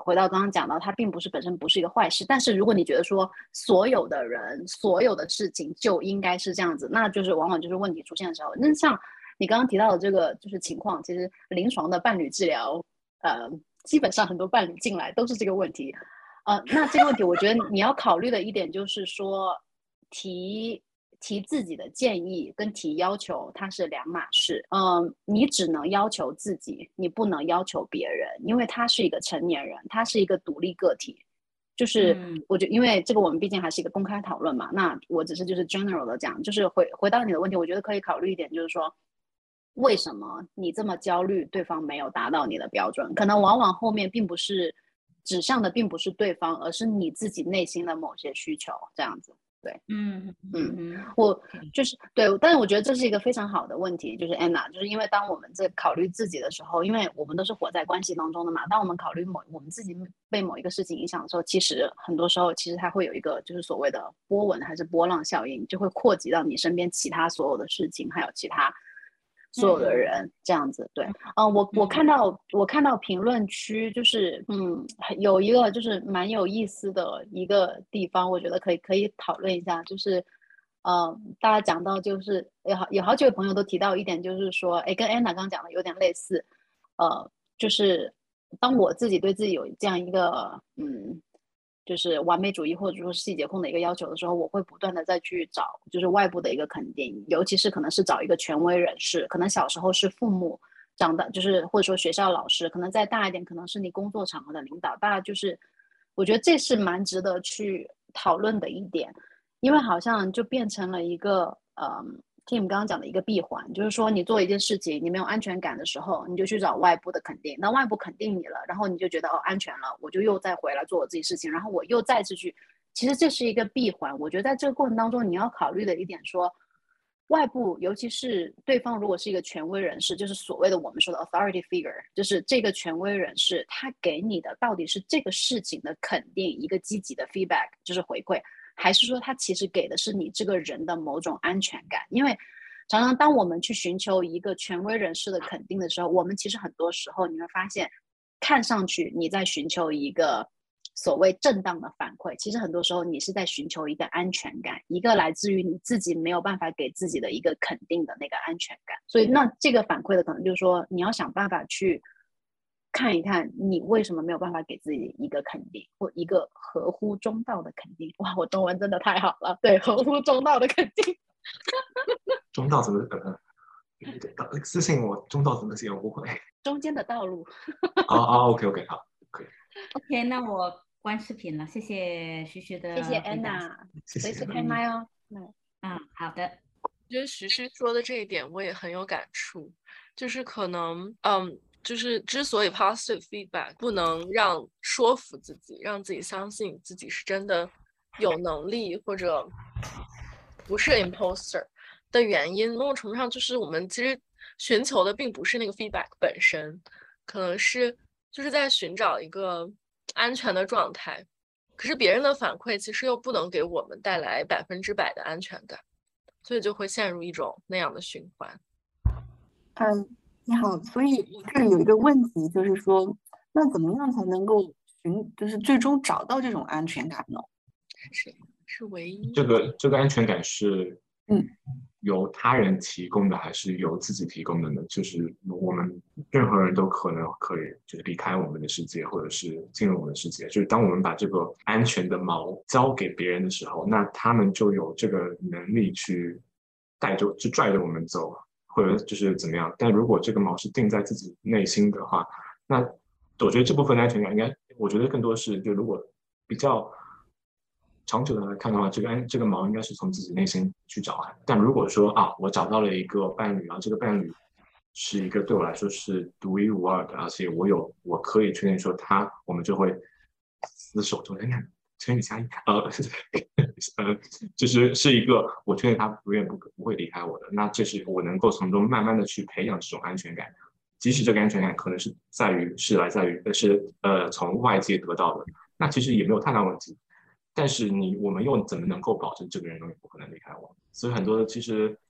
回到刚刚讲到，它并不是本身不是一个坏事，但是如果你觉得说所有的人所有的事情就应该是这样子，那就是往往就是问题出现的时候。那像你刚刚提到的这个就是情况，其实临床的伴侣治疗，呃，基本上很多伴侣进来都是这个问题。呃，那这个问题我觉得你要考虑的一点就是说，提提自己的建议跟提要求它是两码事。嗯，你只能要求自己，你不能要求别人，因为他是一个成年人，他是一个独立个体。就是我觉得，因为这个我们毕竟还是一个公开讨论嘛，那我只是就是 general 的讲，就是回回到你的问题，我觉得可以考虑一点，就是说，为什么你这么焦虑，对方没有达到你的标准？可能往往后面并不是指向的，并不是对方，而是你自己内心的某些需求，这样子。对， 嗯嗯，我就是对，但是我觉得这是一个非常好的问题，就是 Anna， 就是因为当我们在考虑自己的时候，因为我们都是活在关系当中的嘛，当我们考虑某我们自己被某一个事情影响的时候，其实很多时候其实它会有一个就是所谓的波纹还是波浪效应，就会扩及到你身边其他所有的事情，还有其他所有的人，这样子。对，嗯，我我看到我看到评论区就是嗯有一个就是蛮有意思的一个地方，我觉得可以可以讨论一下，就是呃大家讲到就是有好有好几位朋友都提到一点，就是说哎跟 Anna 刚刚讲的有点类似，呃就是当我自己对自己有这样一个嗯就是完美主义或者说细节控的一个要求的时候，我会不断的再去找就是外部的一个肯定，尤其是可能是找一个权威人士，可能小时候是父母，长大就是或者说学校老师，可能再大一点可能是你工作场合的领导，大家就是我觉得这是蛮值得去讨论的一点，因为好像就变成了一个嗯Tim 刚刚讲的一个闭环，就是说你做一件事情你没有安全感的时候，你就去找外部的肯定，那外部肯定你了，然后你就觉得哦安全了，我就又再回来做我自己事情，然后我又再次去，其实这是一个闭环。我觉得在这个过程当中你要考虑的一点说，外部尤其是对方如果是一个权威人士，就是所谓的我们说的 authority figure， 就是这个权威人士他给你的到底是这个事情的肯定，一个积极的 feedback 就是回馈，还是说他其实给的是你这个人的某种安全感？因为常常当我们去寻求一个权威人士的肯定的时候，我们其实很多时候你会发现，看上去你在寻求一个所谓正当的反馈，其实很多时候你是在寻求一个安全感，一个来自于你自己没有办法给自己的一个肯定的那个安全感。所以那这个反馈的可能就是说，你要想办法去看一看你为什么没有办法给自己一个肯定，或一个合乎中道的肯定。哇，我中文真的太好了，对，合乎中道的肯定。 中道怎么呃私信我中道怎么写我不会。 中间的道路。 哦哦 OK OK 好可以。 OK， 那我关视频了，谢谢徐徐的， 谢谢 Anna， 随时开麦哦。 嗯，好的。 我觉得徐徐说的这一点我也很有感触，就是可能嗯。就是之所以 positive feedback 不能让说服自己，让自己相信自己是真的有能力或者不是 imposter 的原因，某种程度上就是我们其实寻求的并不是那个 feedback 本身，可能是就是在寻找一个安全的状态，可是别人的反馈其实又不能给我们带来百分之百的安全感，所以就会陷入一种那样的循环。 嗯。你好，所以这里有一个问题，就是说，那怎么样才能够寻，就是最终找到这种安全感呢？ 是是唯一这个这个安全感是嗯由他人提供的，还是由自己提供的呢？就是我们任何人都可能可以就是离开我们的世界，或者是进入我们的世界。就是当我们把这个安全的锚交给别人的时候，那他们就有这个能力去带着、去拽着我们走。或者就是怎么样，但如果这个锚是定在自己内心的话，那我觉得这部分的安全感应该，我觉得更多是就如果比较长久的来看的话，这个安这个锚应该是从自己内心去找。但如果说啊，我找到了一个伴侣，然后这个伴侣是一个对我来说是独一无二的，而且我有我可以确定说他，我们就会厮守终身。乘以加一，呃，呃，就是是一个我确定他永远不不会离开我的，那这是我能够从中慢慢的去培养这种安全感，即使这个安全感可能是在于是来自于是呃从外界得到的，那其实也没有太大问题，但是你我们又怎么能够保证这个人永远不可能离开我？所以很多的其实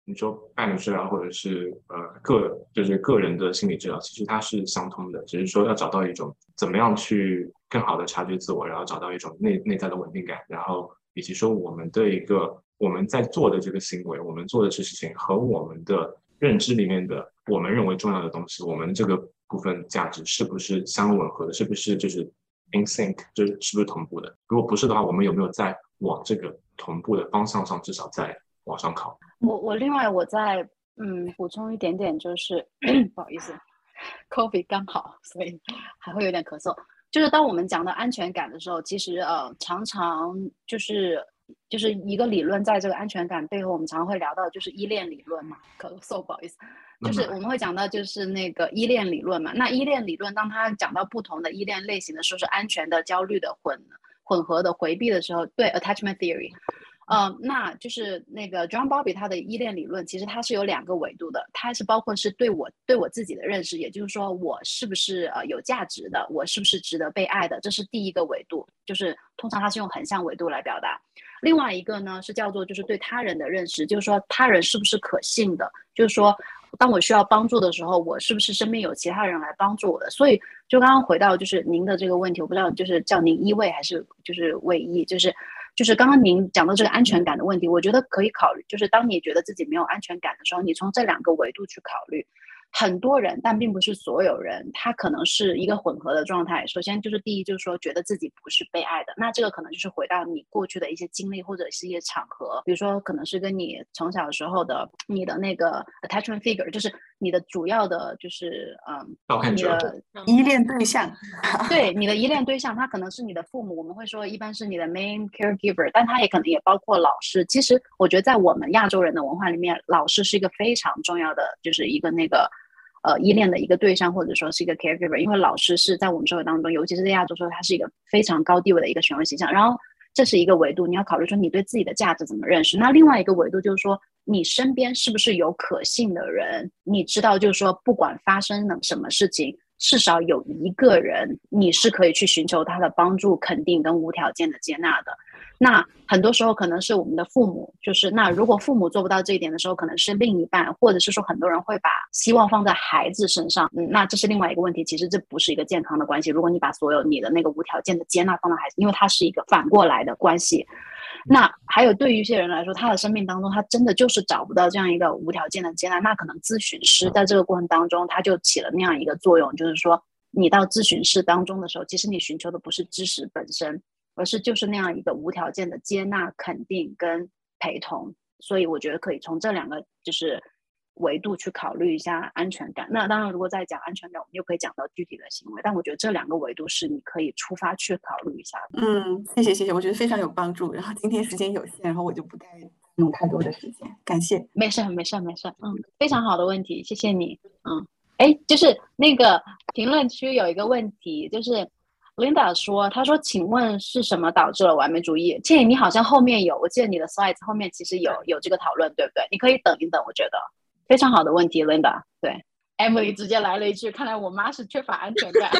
你说伴侣治疗或者是呃个就是个人的心理治疗，其实它是相通的，只是说要找到一种怎么样去更好的察觉自我，然后找到一种内内在的稳定感，然后以及说我们的一个我们在做的这个行为，我们做的这事情和我们的认知里面的我们认为重要的东西，我们这个部分价值是不是相吻合的，是不是就是 in sync， 就是是不是同步的？如果不是的话，我们有没有在往这个同步的方向上至少在往上靠？ 我我另外我再嗯补充一点点，就是不好意思 ，COVID 刚好，所以还会有点咳嗽。就是当我们讲到安全感的时候，其实呃常常就是就是一个理论，在这个安全感背后，我们常常会聊到就是依恋理论嘛。咳嗽，不好意思，就是我们会讲到就是那个依恋理论嘛。那依恋理论，当他讲到不同的依恋类型的时候，是安全的、焦虑的、混混合的、回避的时候，对 attachment theory。呃，那就是那个 John Bowlby 他的依恋理论，其实它是有两个维度的，它是包括是对我对我自己的认识，也就是说我是不是呃有价值的，我是不是值得被爱的，这是第一个维度，就是通常它是用横向维度来表达。另外一个呢是叫做就是对他人的认识，就是说他人是不是可信的，就是说当我需要帮助的时候，我是不是身边有其他人来帮助我的。所以就刚刚回到就是您的这个问题，我不知道就是叫您一位还是就是魏一，就是就是刚刚您讲到这个安全感的问题，我觉得可以考虑，就是当你觉得自己没有安全感的时候，你从这两个维度去考虑。很多人，但并不是所有人，他可能是一个混合的状态。首先就是第一，就是说觉得自己不是被爱的，那这个可能就是回到你过去的一些经历或者是一些场合，比如说可能是跟你从小时候的你的那个 attachment figure， 就是你的主要的就是嗯，你的依恋对象， 对，你的依恋对象，他可能是你的父母，我们会说一般是你的 main caregiver， 但他也可能也包括老师。其实我觉得在我们亚洲人的文化里面，老师是一个非常重要的，就是一个那个呃依恋的一个对象，或者说是一个 caregiver， 因为老师是在我们社会当中，尤其是在亚洲社会，他是一个非常高地位的一个权威形象。然后这是一个维度，你要考虑说你对自己的价值怎么认识。那另外一个维度就是说，你身边是不是有可信的人？你知道，就是说不管发生了什么事情，至少有一个人你是可以去寻求他的帮助、肯定跟无条件的接纳的。那很多时候可能是我们的父母，就是那如果父母做不到这一点的时候，可能是另一半，或者是说很多人会把希望放在孩子身上，嗯，那这是另外一个问题。其实这不是一个健康的关系。如果你把所有你的那个无条件的接纳放到孩子，因为它是一个反过来的关系。那还有对于一些人来说，他的生命当中他真的就是找不到这样一个无条件的接纳，那可能咨询师在这个过程当中他就起了那样一个作用，就是说你到咨询室当中的时候，其实你寻求的不是知识本身，而是就是那样一个无条件的接纳、肯定跟陪同。所以我觉得可以从这两个就是维度去考虑一下安全感。那当然如果再讲安全感，我们就可以讲到具体的行为，但我觉得这两个维度是你可以出发去考虑一下的。 嗯，谢谢谢谢，我觉得非常有帮助。然后今天时间有限，然后我就不再用太多的时间，感谢。 没事没事没事，嗯，非常好的问题，谢谢你。嗯，哎，就是那个评论区有一个问题，就是 Linda 说，她说请问是什么导致了完美主义？倩怡你好像后面有，我记得你的 slides 后面其实有有这个讨论，对不对？你可以等一等，我觉得非常好的问题 Linda。 对， Emily 直接来了一句，看来我妈是缺乏安全感。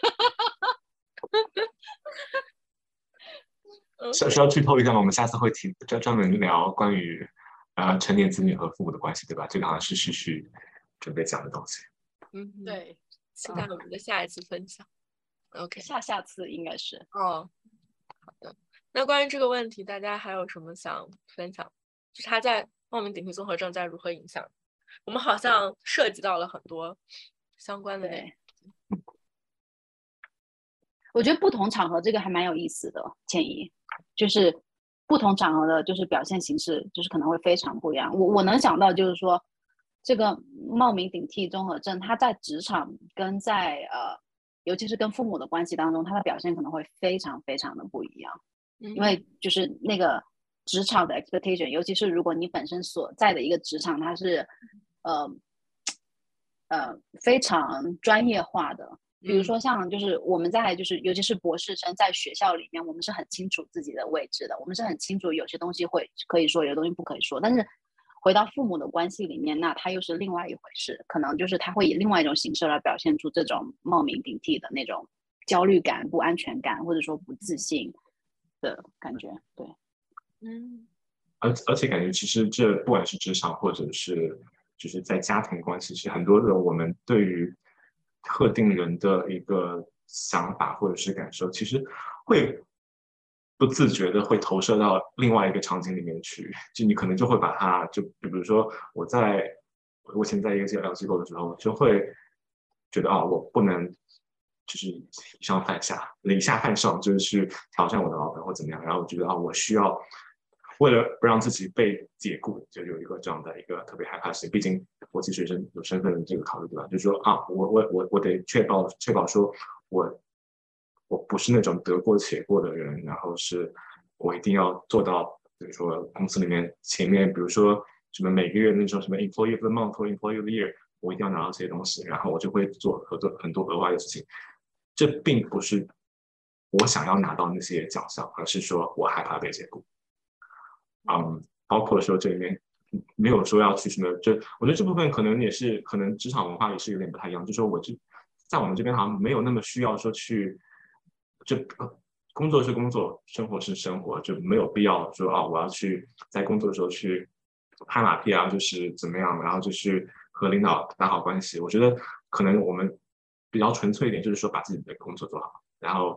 需需要剧透一下吗？我们下次会提专专门聊关于呃成年子女和父母的关系，对吧？这个好像是旭旭准备讲的东西。 嗯， 对， 期待我们的下一次分享。OK， 下下次应该是。 哦，好的。那关于这个问题，大家还有什么想分享？就是它在冒名顶替综合症在如何影响？我们好像涉及到了很多相关的内容。 我觉得不同场合这个还蛮有意思的，倩怡，就是不同场合的，就是表现形式，就是可能会非常不一样。我我能想到就是说，这个冒名顶替综合症，它在职场跟在呃，尤其是跟父母的关系当中，它的表现可能会非常非常的不一样。因为就是那个职场的 expectation， 尤其是如果你本身所在的一个职场，它是呃呃非常专业化的。比如说像就是我们在就是尤其是博士生在学校里面，我们是很清楚自己的位置的，我们是很清楚有些东西会可以说，有些东西不可以说。但是回到父母的关系里面，那它又是另外一回事，可能就是他会以另外一种形式来表现出这种冒名顶替的那种焦虑感、不安全感，或者说不自信的感觉。对， 嗯， 而而且感觉其实这不管是职场或者是就是在家庭关系，其实很多的我们对于特定人的一个想法或者是感受，其实会不自觉的会投射到另外一个场景里面去，就你可能就会把它，就比如说我在我以前在一个医疗机构的时候，就会觉得啊，我不能就是以上犯下，以下犯上，就是去挑战我的老板或怎么样，然后我觉得啊，我需要为了不让自己被解雇，就有一个这样的一个特别害怕的事情。毕竟国际学生有身份的这个考虑，对吧？就是说啊，我我我我得确保确保说我我不是那种得过且过的人，然后是我一定要做到，比如说公司里面前面，比如说什么每个月那种什么 employee of the month 或 employee of the year，我一定要拿到这些东西，然后我就会做很多很多额外的事情。这并不是我想要拿到那些奖项，而是说我害怕被解雇。嗯，包括说这里面没有说要去什么，就我觉得这部分可能也是，可能职场文化也是有点不太一样。就说我这在我们这边好像没有那么需要说去，就工作是工作，生活是生活，就没有必要说啊，我要去在工作的时候去拍马屁啊，就是怎么样，然后就去和领导打好关系。我觉得可能我们比较纯粹一点，就是说把自己的工作做好，然后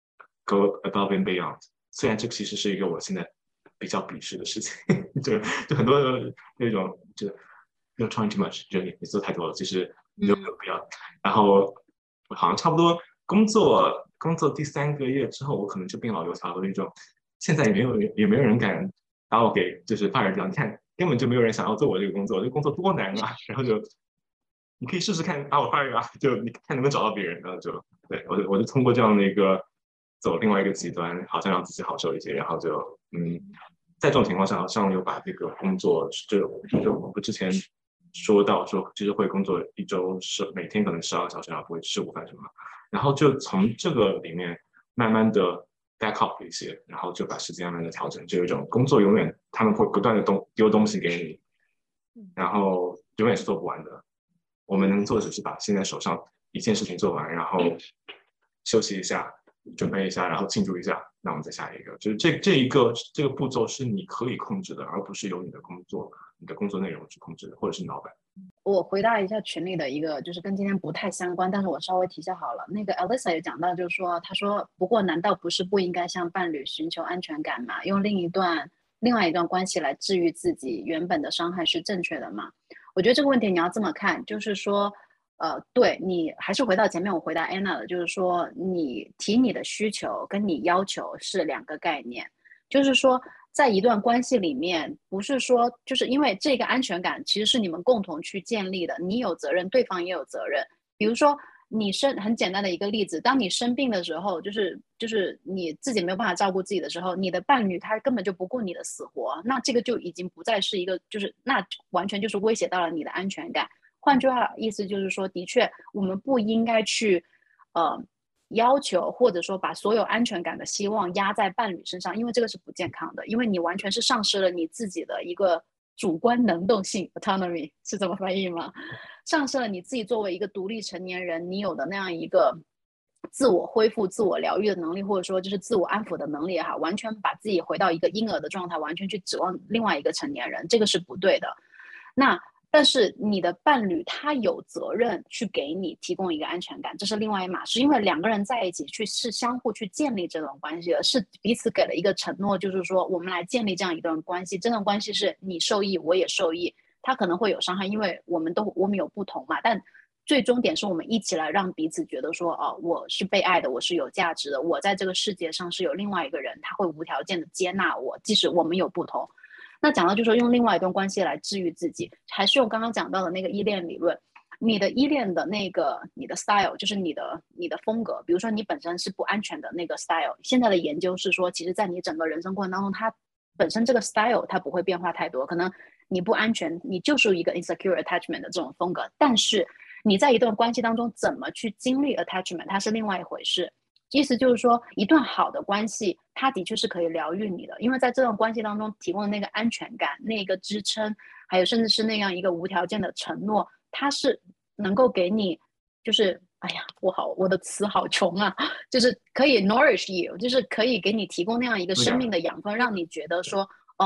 go above and beyond。虽然这其实是一个我现在比较鄙视的事情，就就很多那种就 you're trying too much， 就你你做太多了，其实你就没有必要。嗯、然后好像差不多工作工作第三个月之后，我可能就变老油条的那种，现在也没有也没有人敢把我给就是 fire 掉。你看根本就没有人想要做我这个工作，这个工作多难啊！然后就你可以试试看把我 fire 啊，就你看能不能找到别人，然后就对我就我就通过这样的一个走另外一个极端，好像让自己好受一些，然后就嗯。在这种情况下，好像有把这个工作，就就我们之前说到说，其实会工作一周是每天可能十二个小时，然后不会吃午饭什么，然后就从这个里面慢慢的 back up 一些，然后就把时间慢慢的调整，就有一种工作永远他们会不断的东丢东西给你，然后永远是做不完的。我们能做的只是把现在手上一件事情做完，然后休息一下。准备一下，然后庆祝一下，那我们再下一个。就是这这一个这个步骤是你可以控制的，而不是由你的工作、你的工作内容去控制的，或者是你老板。 我回答一下群里的一个，就是跟今天不太相关，但是我稍微提一下好了。那个 Alyssa 也讲到，就是说，他说，不过难道不是不应该向伴侣寻求安全感吗？用另一段另外一段关系来治愈自己原本的伤害是正确的吗？我觉得这个问题你要这么看，就是说。呃，对你还是回到前面我回答 Anna 的，就是说你提你的需求跟你要求是两个概念，就是说在一段关系里面，不是说就是因为这个安全感其实是你们共同去建立的，你有责任，对方也有责任。比如说你生很简单的一个例子，当你生病的时候，就是就是你自己没有办法照顾自己的时候，你的伴侣他根本就不顾你的死活，那这个就已经不再是一个，就是那完全就是威胁到了你的安全感。换句话意思就是说，的确，我们不应该去，呃，要求或者说把所有安全感的希望压在伴侣身上，因为这个是不健康的，因为你完全是丧失了你自己的一个主观能动性 （autonomy） 是这么翻译吗？丧失了你自己作为一个独立成年人你有的那样一个自我恢复、自我疗愈的能力，或者说就是自我安抚的能力也好，完全把自己回到一个婴儿的状态，完全去指望另外一个成年人，这个是不对的。那但是你的伴侣他有责任去给你提供一个安全感，这是另外一码事，因为两个人在一起去是相互去建立这段关系的，是彼此给了一个承诺，就是说我们来建立这样一段关系，这段关系是你受益我也受益，他可能会有伤害，因为我们都我们有不同嘛，但最终点是我们一起来让彼此觉得说哦，我是被爱的，我是有价值的，我在这个世界上是有另外一个人他会无条件的接纳我，即使我们有不同。那讲到就是说用另外一段关系来治愈自己，还是用刚刚讲到的那个依恋理论，你的依恋的那个你的 style 就是你的你的风格，比如说你本身是不安全的那个 style， 现在的研究是说其实在你整个人生过程当中，它本身这个 style 它不会变化太多，可能你不安全你就是一个 insecure attachment 的这种风格，但是你在一段关系当中怎么去经历 attachment 它是另外一回事。意思就是说一段好的关系它的确是可以疗愈你的，因为在这段关系当中提供的那个安全感，那个支撑，还有甚至是那样一个无条件的承诺，它是能够给你就是哎呀我好我的词好穷啊，就是可以 nourish you， 就是可以给你提供那样一个生命的养分，让你觉得说哦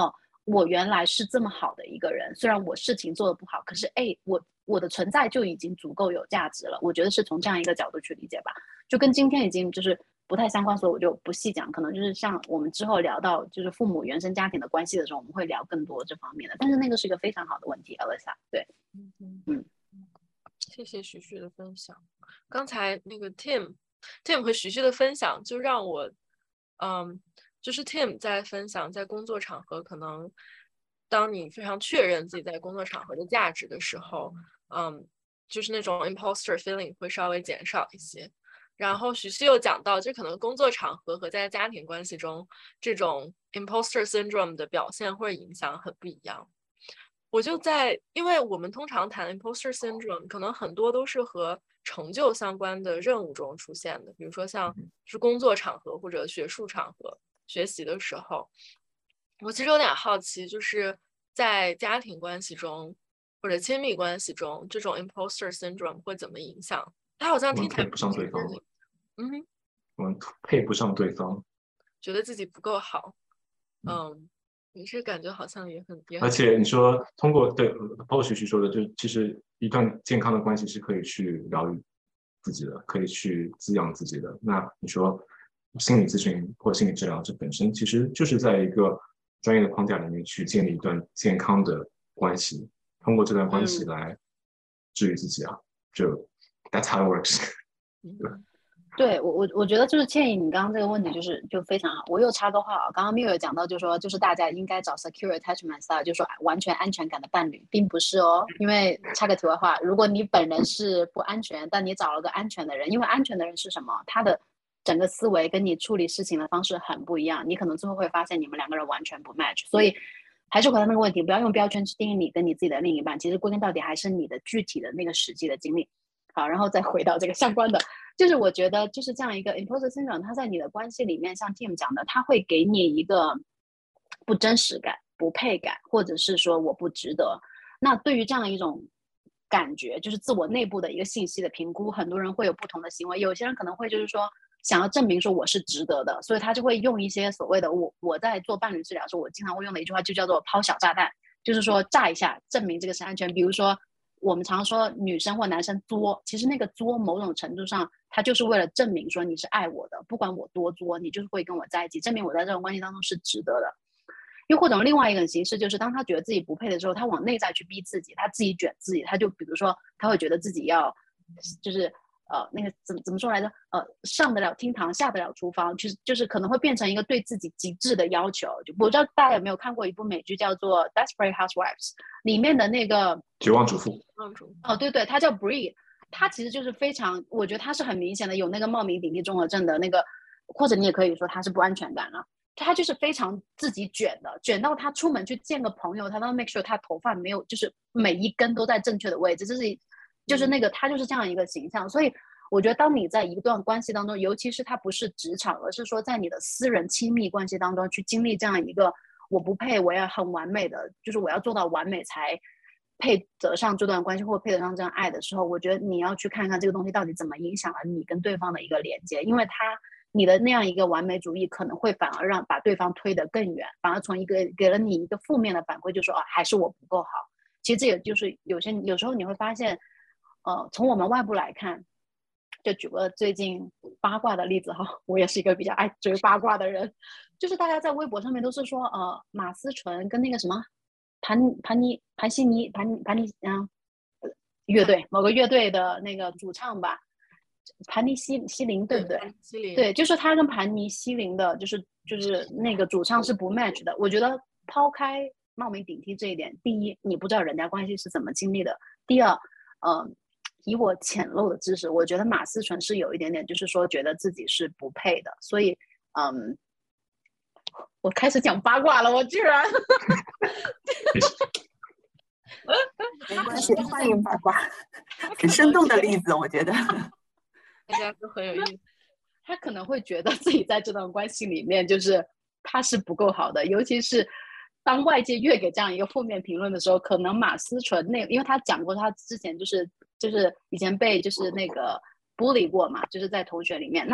我原来是这么好的一个人，虽然我事情做得不好，可是哎，我我的存在就已经足够有价值了。我觉得是从这样一个角度去理解吧，就跟今天已经就是不太相关，所以我就不细讲。可能就是像我们之后聊到就是父母原生家庭的关系的时候，我们会聊更多这方面的。但是那个是一个非常好的问题 ，Alyssa。对， 嗯嗯嗯， 谢谢徐徐的分享。刚才那个 Tim Tim 和徐徐的分享，就让我，嗯，就是 Tim 在分享在工作场合，可能当你非常确认自己在工作场合的价值的时候，嗯，就是那种 imposter feeling 会稍微减少一些。然后徐徐又讲到，就可能工作场合和在家庭关系中，这种 imposter syndrome 的表现或者影响很不一样。我就在，因为我们通常谈 imposter syndrome， 可能很多都是和成就相关的任务中出现的，比如说像是工作场合或者学术场合学习的时候。我其实有点好奇，就是在家庭关系中或者亲密关系中，这种 imposter syndrome 会怎么影响？它好像听起来配不上对方， 嗯， 我们配不上对方， 觉得自己不够好，嗯，你这感觉好像也很也很。 而且你说通过对，包括徐徐说的，就其实一段健康的关系是可以去疗愈自己的，可以去滋养自己的。那你说心理咨询或心理治疗，这本身其实就是在一个专业的框架里面去建立一段健康的关系，通过这段关系来治愈自己啊，嗯、就 that's how it works 对。 对我我我觉得就是倩怡，你刚刚这个问题就是就非常好。我又插个话啊，刚刚 Miu 有讲到，就是说就是大家应该找 secure attachment style，就是说完全安全感的伴侣，并不是哦。因为插个题外话，如果你本人是不安全，但你找了个安全的人，因为安全的人是什么？他的整个思维跟你处理事情的方式很不一样，你可能最后会发现你们两个人完全不 match。所以还是回到那个问题，不要用标签去定义你跟你自己的另一半，其实归根到底还是你的具体的那个实际的经历。好，然后再回到这个相关的。就是我觉得就是这样一个 imposter syndrome， 它在你的关系里面，像 Tim 讲的，它会给你一个不真实感、不配感，或者是说我不值得。那对于这样一种感觉，就是自我内部的一个信息的评估，很多人会有不同的行为。有些人可能会就是说想要证明说我是值得的，所以他就会用一些所谓的我我在做伴侣治疗的时候，我经常会用的一句话就叫做抛小炸弹，就是说炸一下，证明这个是安全。比如说我们常说女生或男生作，其实那个作某种程度上他就是为了证明说你是爱我的，不管我多作，你就是会跟我在一起，证明我在这种关系当中是值得的。又或者另外一个形式就是当他觉得自己不配的时候，他往内在去逼自己，他自己卷自己，他就比如说他会觉得自己要就是呃那个怎怎么说来着，呃上得了厅堂下得了厨房，就是就是可能会变成一个对自己极致的要求。就我不知道大家有没有看过一部美剧叫做 Desperate Housewives， 里面的那个绝望主妇， 哦对对，他叫 Bree， 他其实就是非常，我觉得他是很明显的有那个冒名顶替综合症的那个，或者你也可以说他是不安全感了。他就是非常自己卷的，卷到他出门去见个朋友，他都要 make sure 他头发没有，就是每一根都在正确的位置，就是就是那个他就是这样一个形象。所以我觉得当你在一段关系当中，尤其是他不是职场，而是说在你的私人亲密关系当中去经历这样一个我不配，我要很完美的，就是我要做到完美才配得上这段关系或配得上这样爱的时候，我觉得你要去看看这个东西到底怎么影响了你跟对方的一个连接，因为他你的那样一个完美主义可能会反而让把对方推得更远，反而从一个给了你一个负面的反馈，就说啊还是我不够好。其实这也就是有些有时候你会发现，呃，从我们外部来看，就举个最近八卦的例子哈，我也是一个比较爱追八卦的人，就是大家在微博上面都是说，呃，马思纯跟那个什么盘盘尼盘西尼盘盘尼啊乐队某个乐队的那个主唱吧。盘尼西西林对不对？对，就是他跟盘尼西林的，就是就是那个主唱是不 match 的。我觉得抛开冒名顶替这一点，第一，你不知道人家关系是怎么经历的；第二，呃，以我浅陋的知识，我觉得马思纯是有一点点，就是说觉得自己是不配的。所以，嗯，我开始讲八卦了，我居然。 没关系，欢迎八卦，很生动的例子，我觉得。 大家都很有意思。 他可能会觉得自己在这段关系里面就是他是不够好的，尤其是当外界越给这样一个负面评论的时候，可能马思纯那因为他讲过他之前就是就是以前被就是那个bully过嘛，就是在同学里面，那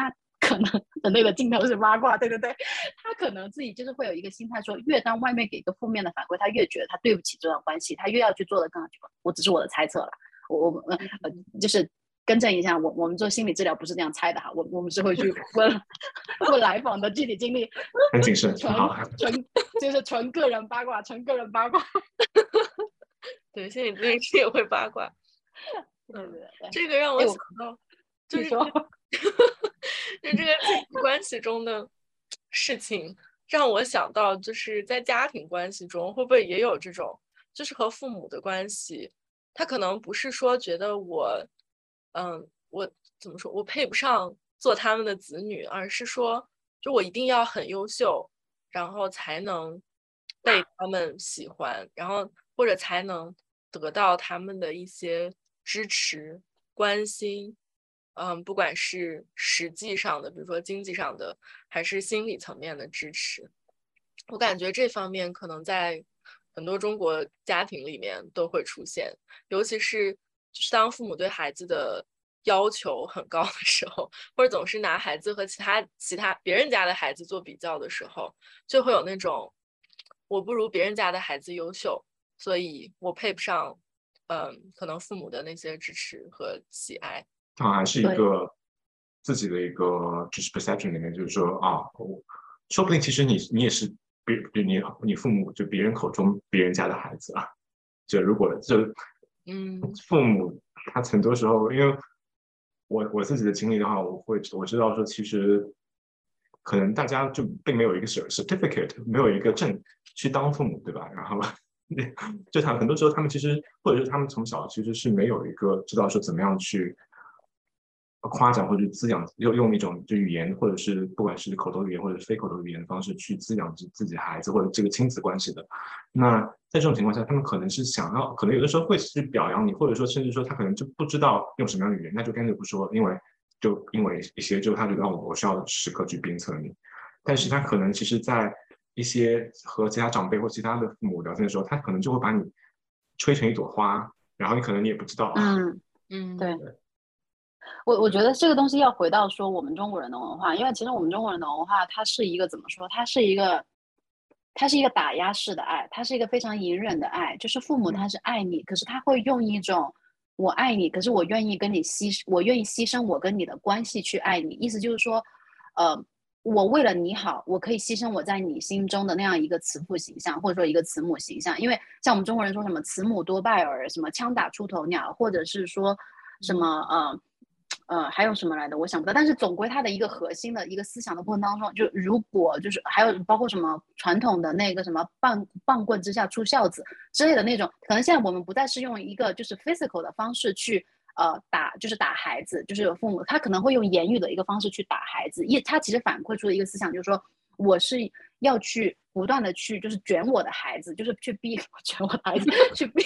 可能的那个镜头是八卦，对对对，他可能自己就是会有一个心态说，越当外面给一个负面的反馈，他越觉得他对不起这段关系，他越要去做的更好。我只是我的猜测了，我我呃呃就是更正一下，我我们做心理治疗不是这样猜的哈，我我们是会去问问来访的具体经历， 很谨慎， 纯好， 纯就是纯个人八卦，纯个人八卦。 对，心理咨询师也会八卦。 对对对， 这个让我想到，就是说， 就这个亲密关系中的事情，让我想到，就是在家庭关系中，会不会也有这种，就是和父母的关系，他可能不是说觉得我，嗯，我怎么说，我配不上做他们的子女，而是说，就我一定要很优秀，然后才能被他们喜欢，然后或者才能得到他们的一些支持、关心，嗯，不管是实际上的，比如说经济上的，还是心理层面的支持。我感觉这方面可能在很多中国家庭里面都会出现，尤其是就是当父母对孩子的要求很高的时候，或者总是拿孩子和其他其他别人家的孩子做比较的时候，就会有那种我不如别人家的孩子优秀，所以我配不上嗯，可能父母的那些支持和喜爱。 它还是一个自己的一个就是 perception 里面，就是说啊，说不定其实你你也是别你你父母就别人口中别人家的孩子啊。就如果就嗯， 父母他很多时候，因为我我自己的经历的话，我会我知道说，其实可能大家就并没有一个 certificate， 没有一个证去当父母，对吧？然后就他很多时候他们其实或者是他们从小其实是没有一个知道说怎么样去夸奖或者滋养，用用一种就语言或者是不管是口头语言或者是非口头语言的方式去滋养自己孩子或者这个亲子关系的。那在这种情况下，他们可能是想要，可能有的时候会去表扬你，或者说甚至说他可能就不知道用什么样的语言，那就干脆不说，因为就因为一些就他觉得我我需要时刻去鞭策你，但是他可能其实在一些和其他长辈或其他的父母聊天的时候，他可能就会把你吹成一朵花，然后你可能你也不知道。 嗯嗯，对。我我觉得这个东西要回到说我们中国人的文化，因为其实我们中国人的文化，它是一个怎么说？它是一个，它是一个打压式的爱，它是一个非常隐忍的爱。就是父母他是爱你，可是他会用一种我爱你，可是我愿意跟你牺，我愿意牺牲我跟你的关系去爱你。意思就是说，呃，我为了你好，我可以牺牲我在你心中的那样一个慈父形象，或者说一个慈母形象。因为像我们中国人说什么慈母多败儿，什么枪打出头鸟，或者是说什么呃。呃，还有什么来的？我想不到。但是总归它的一个核心的一个思想的过程当中，就如果就是还有包括什么传统的那个什么棒棒棍之下出孝子之类的那种，可能现在我们不再是用一个就是 physical 的方式去呃打，就是打孩子，就是有父母他可能会用言语的一个方式去打孩子，一他其实反馈出的一个思想就是说，我是要去不断的去就是卷我的孩子，就是去逼卷我的孩子去逼，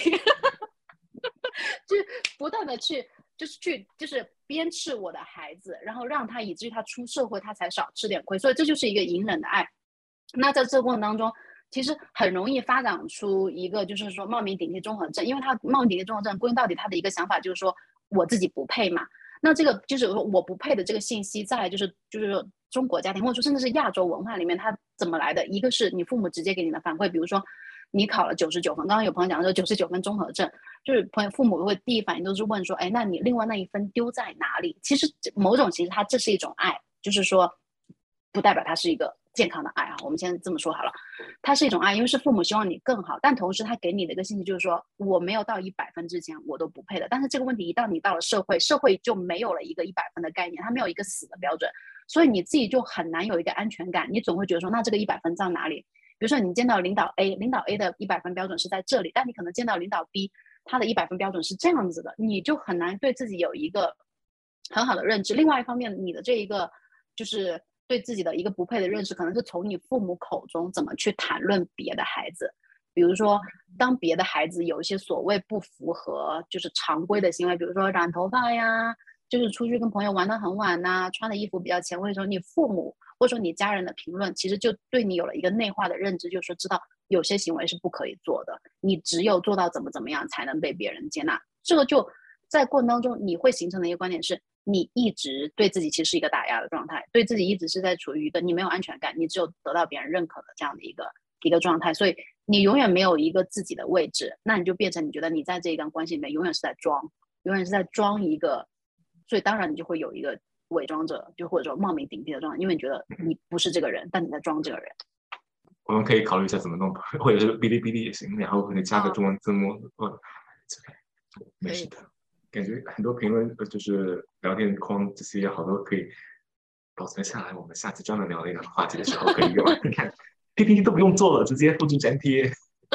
去不断的去。就是去，就是鞭笞我的孩子，然后让他以至于他出社会，他才少吃点亏。所以这就是一个隐忍的爱。那在这个过程当中，其实很容易发展出一个，就是说冒名顶替综合症。因为他冒名顶替综合症归根到底，他的一个想法就是说我自己不配嘛。那这个就是说我不配的这个信息，再来就是就是中国家庭或者说甚至是亚洲文化里面，它怎么来的？一个是你父母直接给你的反馈，比如说。你考了九十九分，刚刚有朋友讲说九十九分综合症，就是朋友父母会第一反应都是问说，哎，那你另外那一分丢在哪里？其实某种其实它这是一种爱，就是说不代表它是一个健康的爱啊。我们先这么说好了，它是一种爱，因为是父母希望你更好，但同时他给你的一个信息就是说，我没有到一百分之前我都不配的。但是这个问题一到你到了社会，社会就没有了一个一百分的概念，它没有一个死的标准，所以你自己就很难有一个安全感，你总会觉得说，那这个一百分在哪里？比如说你见到领导 A， 领导 A 的一百分标准是在这里，但你可能见到领导 B， 他的一百分标准是这样子的，你就很难对自己有一个很好的认知。另外一方面，你的这一个就是对自己的一个不配的认识，可能是从你父母口中怎么去谈论别的孩子。比如说，当别的孩子有一些所谓不符合就是常规的行为，比如说染头发呀，就是出去跟朋友玩得很晚呐、啊，穿的衣服比较前卫的时候，你父母或者说你家人的评论，其实就对你有了一个内化的认知，就是说知道有些行为是不可以做的，你只有做到怎么怎么样才能被别人接纳。这个就在过程当中，你会形成的一个观点是， 你一直对自己其实是一个打压的状态，对自己一直是在处于一个你没有安全感，你只有得到别人认可的这样的一个一个状态，所以你永远没有一个自己的位置，那你就变成你觉得你在这一段关系里面永远是在装，永远是在装一个，所以当然你就会有一个伪装者，就或者说冒名顶替的状态，因为你觉得你不是这个人，但你在装这个人。 我们可以考虑一下怎么弄，或者是哔哩哔哩也行，然后可能加个中文字幕，哦，没事的。感觉很多评论就是聊天框这些好多可以保存下来，我们下次专门聊那个话题的时候可以用。你看 P P T 都不用做了，直接复制粘贴。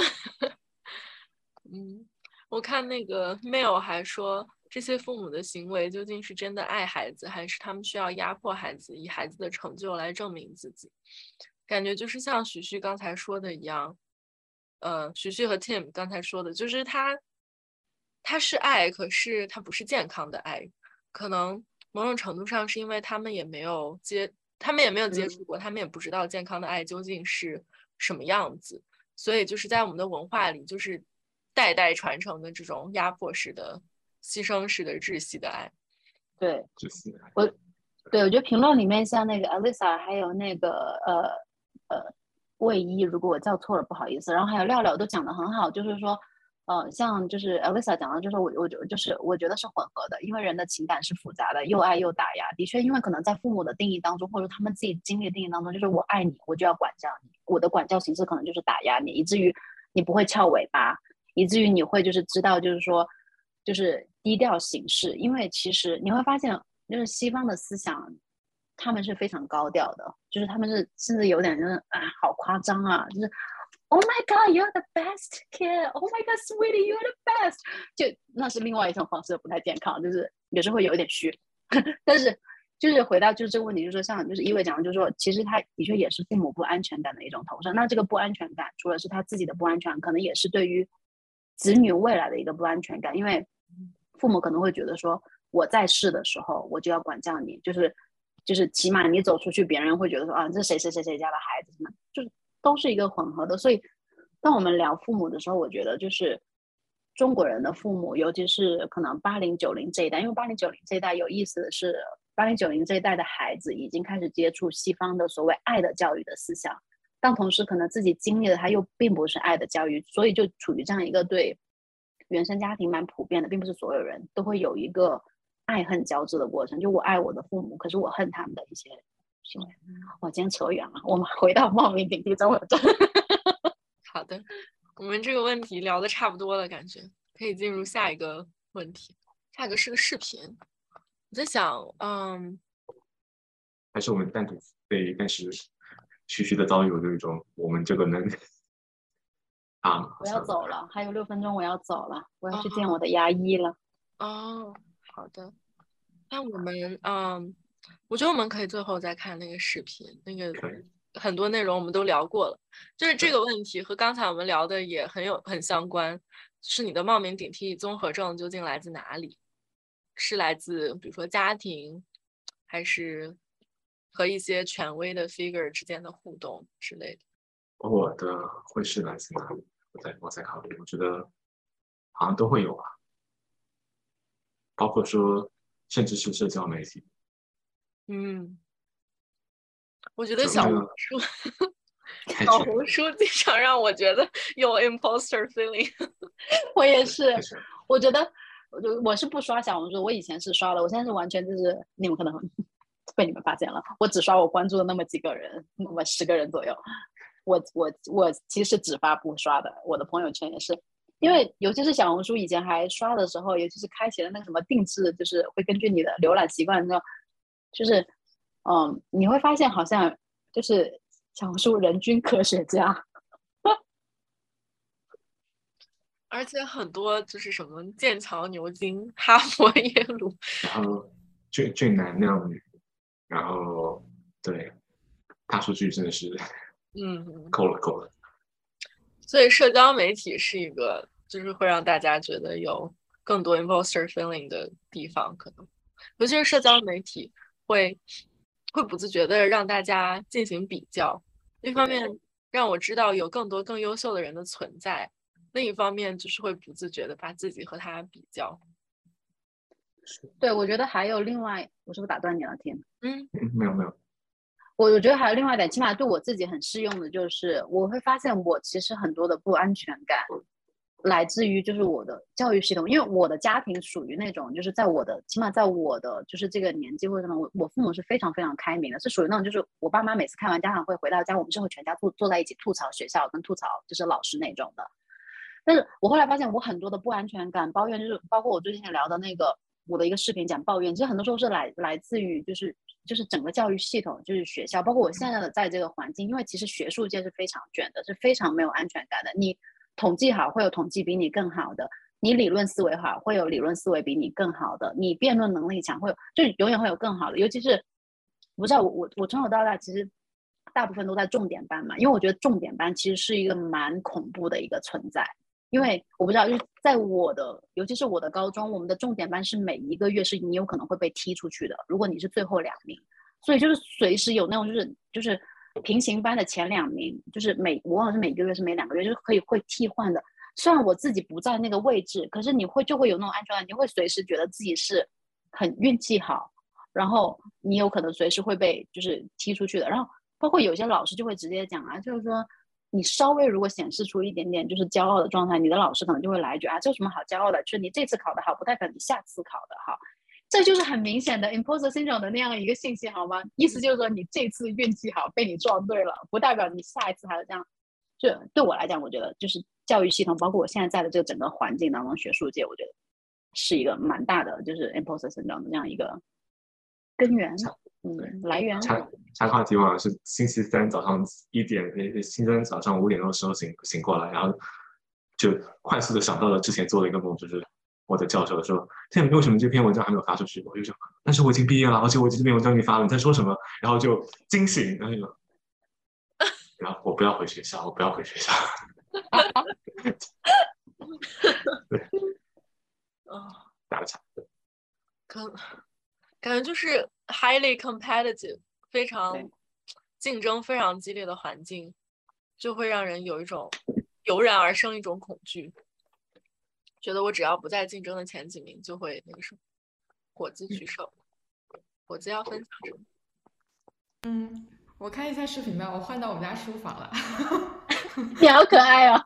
嗯，我看那个 Mail 还说，这些父母的行为究竟是真的爱孩子，还是他们需要压迫孩子，以孩子的成就来证明自己？感觉就是像许旭刚才说的一样，呃，许旭和 Tim 刚才说的，就是他他是爱，可是他不是健康的爱，可能某种程度上是因为他们也没有接，他们也没有接触过，他们也不知道健康的爱究竟是什么样子，所以就是在我们的文化里，就是代代传承的这种压迫式的、牺牲式的、窒息的爱。 对， 窒息爱。 我对我觉得评论里面像那个 Alisa 还有那个呃呃卫一，如果我叫错了不好意思，然后还有廖廖都讲得很好，就是说呃像就是 Alisa 讲的，就是我我就是我觉得是混合的，因为人的情感是复杂的，又爱又打压。的确，因为可能在父母的定义当中，或者他们自己经历的定义当中，就是我爱你，我就要管教你，我的管教形式可能就是打压你，以至于你不会翘尾巴，以至于你会就是知道就是说就是低调行事。因为其实你会发现，就是西方的思想他们是非常高调的，就是他们是甚至有点就是啊好夸张啊，就是 Oh my God, you're the best kid. Oh my God, sweetie, you're the best. 就那是另外一种方式，不太健康，就是有时候会有一点虚。但是就是回到就是这个问题，就是说像就是一伟讲的，就是说其实他的确也是父母不安全感的一种投射。那这个不安全感，除了是他自己的不安全感，可能也是对于子女未来的一个不安全感，因为父母可能会觉得说，我在世的时候我就要管教你，就是就是起码你走出去，别人会觉得说啊，这谁谁谁谁家的孩子什么，就是都是一个混合的。所以当我们聊父母的时候，我觉得就是中国人的父母，尤其是可能八零九零这一代，因为八零九零这一代有意思的是，八零九零这一代的孩子已经开始接触西方的所谓爱的教育的思想，但同时可能自己经历的他又并不是爱的教育，所以就处于这样一个对原生家庭蛮普遍的，并不是所有人都会有一个爱恨交织的过程。就我爱我的父母，可是我恨他们的一些行为。我今天扯远了，我们回到冒名顶替综合症。 好的，我们这个问题聊的差不多了，感觉可以进入下一个问题。下一个是个视频，我在想，嗯， 还是我们单独对，但是徐徐的遭遇有一种我们这个能啊， 我要走了，还有六分钟我要走了，我要去见我的牙医了。 哦，好的。那我们，嗯，我觉得我们可以最后再看那个视频，那个很多内容我们都聊过了，就是这个问题和刚才我们聊的也很有很相关，是你的冒名顶替综合症究竟来自哪里？是来自比如说家庭，还是和一些权威的 figure 之间的互动之类的？ 我的会是来自哪里？我再我再考虑，我觉得好像都会有吧，包括说甚至是社交媒体。 嗯，我觉得小红书小红书经常让我觉得有 imposter feeling。 我也是，我觉得我是不刷小红书，我以前是刷的，我现在是完全就是你们可能被你们发现了，我只刷我关注的那么几个人，那么十个人左右。我我我其实只发不刷的，我的朋友圈也是，因为尤其是小红书以前还刷的时候，尤其是开启了那个什么定制，就是会根据你的浏览习惯，就是嗯，你会发现好像就是小红书人均科学家。 而且很多就是什么剑桥、牛津、哈佛、耶鲁， 然后俊俊男靓女，然后对大数据真的是， 嗯， 够了够了。 所以社交媒体是一个就是会让大家觉得有更多 imposter feeling 的地方，可能尤其是社交媒体会会不自觉的让大家进行比较，一方面让我知道有更多更优秀的人的存在。另一方面就是会不自觉的把自己和他比较。 对，我觉得还有另外，我是不是打断你了，Tim？ 嗯， 没有没有。 我我觉得还有另外一点，起码对我自己很适用的就是，我会发现我其实很多的不安全感来自于就是我的教育系统，因为我的家庭属于那种就是在我的起码在我的就是这个年纪或者什么，我我父母是非常非常开明的，是属于那种就是我爸妈每次开完家长会回到家，我们是会全家坐坐在一起吐槽学校跟吐槽就是老师那种的。但是我后来发现我很多的不安全感抱怨，就是包括我最近聊的那个我的一个视频讲抱怨，其实很多时候是来来自于就是就是整个教育系统，就是学校，包括我现在的在这个环境，因为其实学术界是非常卷的，是非常没有安全感的。你统计好会有统计比你更好的，你理论思维好会有理论思维比你更好的，你辩论能力强会有就永远会有更好的。尤其是我不知道我我我从小到大其实大部分都在重点班嘛，因为我觉得重点班其实是一个蛮恐怖的一个存在。因为我不知道，就是在我的，尤其是我的高中，我们的重点班是每一个月是你有可能会被踢出去的，如果你是最后两名，所以就是随时有那种就是就是平行班的前两名，就是每我忘了是每个月是每两个月，就是可以会替换的。虽然我自己不在那个位置，可是你会就会有那种安全感，你会随时觉得自己是很运气好，然后你有可能随时会被就是踢出去的。然后包括有些老师就会直接讲啊，就是说。你稍微如果显示出一点点就是骄傲的状态，你的老师可能就会来一句啊，这有什么好骄傲的？就是你这次考得好，不代表你下次考得好，这就是很明显的 imposter syndrome 的那样一个信息，好吗？意思就是说你这次运气好，被你撞对了，不代表你下一次还是这样。就对我来讲，我觉得就是教育系统，包括我现在在的这个整个环境当中，学术界，我觉得是一个蛮大的就是 imposter syndrome 的这样一个根源。嗯，来源。 插插话题，我是星期三早上一点，星期三早上五点钟的时候醒醒过来，然后就快速的想到了之前做的一个梦，就是我的教授说：“现在为什么这篇文章还没有发出去？”我就想，但是我已经毕业了，而且我这篇文章已经发了，你在说什么？然后就惊醒，然后就，然后我不要回学校，我不要回学校。对， 哦， 打个岔。 可感觉就是 highly competitive， 非常竞争非常激烈的环境，就会让人有一种油然而生一种恐惧，觉得我只要不在竞争的前几名，就会那个什么火鸡取胜。火鸡要分享什么？ 嗯，我看一下视频吧，我换到我们家书房了。 你好可爱哦。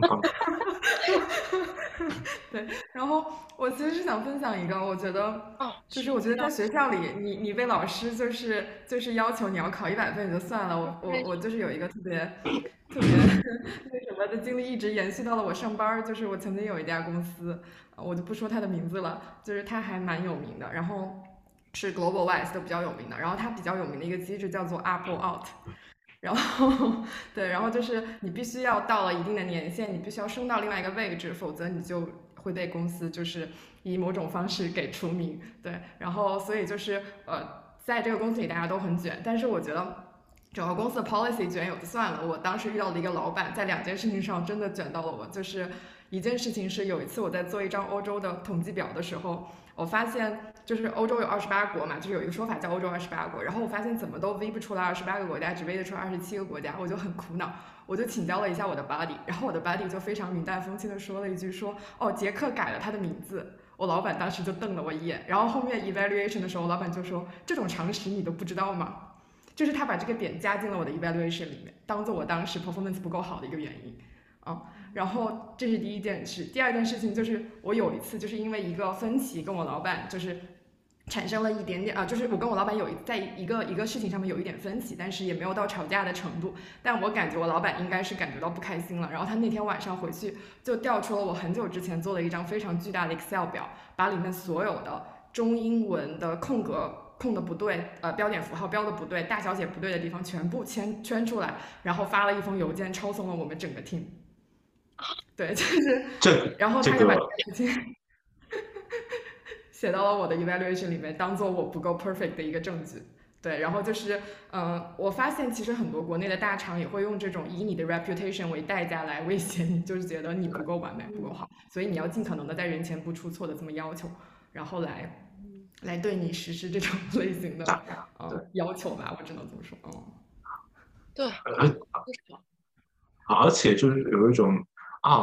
对，然后我其实是想分享一个，我觉得，就是我觉得在学校里，你你被老师就是就是要求你要考一百分也就算了，我我我就是有一个特别特别那什么的经历，一直延续到了我上班，就是我曾经有一家公司，我就不说它的名字了，就是它还蛮有名的，然后是 global wise 都比较有名的，然后它比较有名的一个机制叫做 Apple Out。然后，对，然后就是你必须要到了一定的年限，你必须要升到另外一个位置，否则你就会被公司就是以某种方式给除名。对，然后所以就是呃，在这个公司里大家都很卷，但是我觉得整个公司的 policy 卷也就算了，我当时遇到的一个老板在两件事情上真的卷到了我，就是一件事情是有一次我在做一张欧洲的统计表的时候，我发现就是欧洲有二十八国嘛，就是有一个说法叫欧洲二十八国，然后我发现怎么都 V 不出来二十八个国家，只 V 得出二十七个国家，我就很苦恼，我就请教了一下我的 buddy， 然后我的 buddy 就非常云淡风轻的说了一句说，哦，捷克改了他的名字，我老板当时就瞪了我一眼，然后后面 evaluation 的时候，我老板就说这种常识你都不知道吗？就是他把这个点加进了我的 evaluation 里面，当做我当时 performance 不够好的一个原因啊。然后这是第一件事，第二件事情就是我有一次就是因为一个分歧跟我老板就是产生了一点点啊，就是我跟我老板有在一个一个事情上面有一点分歧，但是也没有到吵架的程度，但我感觉我老板应该是感觉到不开心了，然后他那天晚上回去就调出了我很久之前做了一张非常巨大的 Excel 表，把里面所有的中英文的空格空的不对，呃，标点符号标的不对，大小写不对的地方全部圈圈出来，然后发了一封邮件抄送了我们整个 team。对，就是这， 然后他就把这个事情写到了我的 evaluation 里面，当做我不够 perfect 的一个证据。对，然后就是，嗯、呃，我发现其实很多国内的大厂也会用这种以你的 reputation 为代价来威胁你，就是觉得你不够完美，不够好，所以你要尽可能的在人前不出错的这么要求，然后来来对你实施这种类型的呃要求吧，我只能这么说。嗯， 对， 而而且就是有一种啊，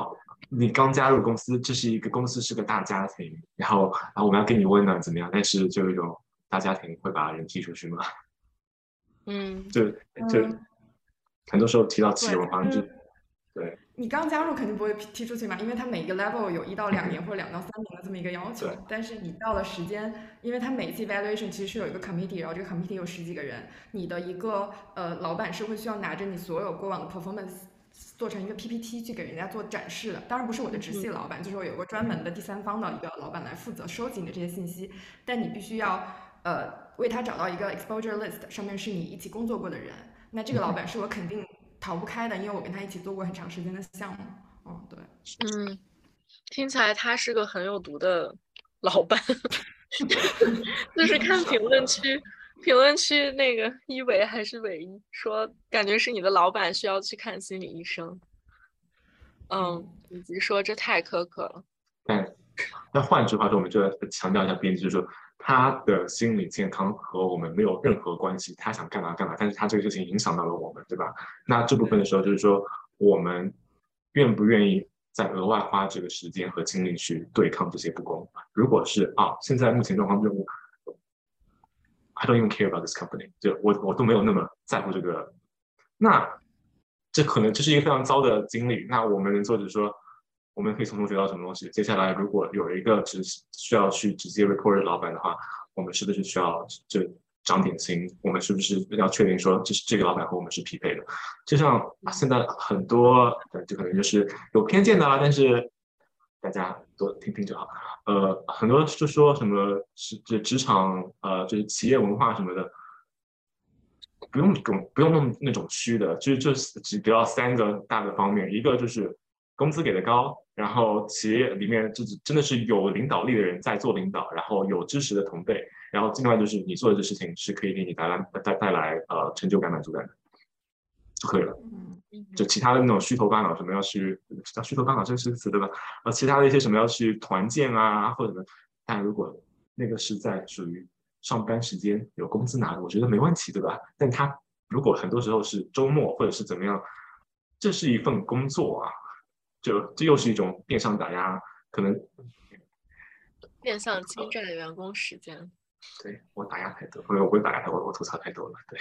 你刚加入公司，这是一个公司是个大家庭，然后然后我们要给你温暖怎么样？但是就有一种大家庭会把人踢出去吗？ 嗯， 就就很多时候提到企业文化，就对。 你刚加入肯定不会踢出去嘛，因为它每个 level 有一到两年或者两到三年的这么一个要求。但是你到了时间，因为它每一次 evaluation 其实是有一个 committee， 然后这个 committee 有十几个人，你的一个呃老板是会需要拿着你所有过往的 performance 做成一个 P P T 去给人家做展示的。当然不是我的直系老板，就是我有个专门的第三方的一个老板来负责收集你的这些信息，但你必须要呃为他找到一个 exposure list， 上面是你一起工作过的人。那这个老板是我肯定逃不开的，因为我跟他一起做过很长时间的项目。嗯，对， 嗯，听起来他是个很有毒的老板。就是看评论区，评论区那个一维还是伪一说，感觉是你的老板需要去看心理医生。嗯，以及说这太苛刻了。 但但换句话说，我们就要强调一下编辑，就是说他的心理健康和我们没有任何关系，他想干嘛干嘛，但是他这个事情影响到了我们，对吧？那这部分的时候，就是说我们愿不愿意再额外花这个时间和精力去对抗这些不公？如果是啊，现在目前状况就是 I don't even care about this company， 就我我都没有那么在乎这个，那这可能这是一个非常糟的经历。那我们能做就是说，我们可以从中学到什么东西？接下来如果有一个只需要去直接 report 的老板的话，我们是不是需要就涨点薪？我们是不是要确定说，这是这个老板和我们是匹配的？就像现在很多就可能就是有偏见的啦，但是大家多听听就好。呃，很多就说什么是这职场呃，就是企业文化什么的。不用种不用弄那种虚的，就是就只主要三个大的方面，一个就是工资给的高，然后企业里面就真的是有领导力的人在做领导，然后有知识的同辈，然后另外就是你做的这事情是可以给你带来带带来呃成就感、满足感的，就可以了。就其他的那种虚头巴脑什么要去叫虚头巴脑这个是词对吧？呃，其他的一些什么要去团建啊或者什么，但如果那个是在属于上班时间有工资拿的，我觉得没问题，对吧？但他如果很多时候是周末或者是怎么样，这是一份工作啊，就这又是一种变相打压，可能变相侵占员工时间。 对，我打压太多，我不会打压他，我我吐槽太多了，对。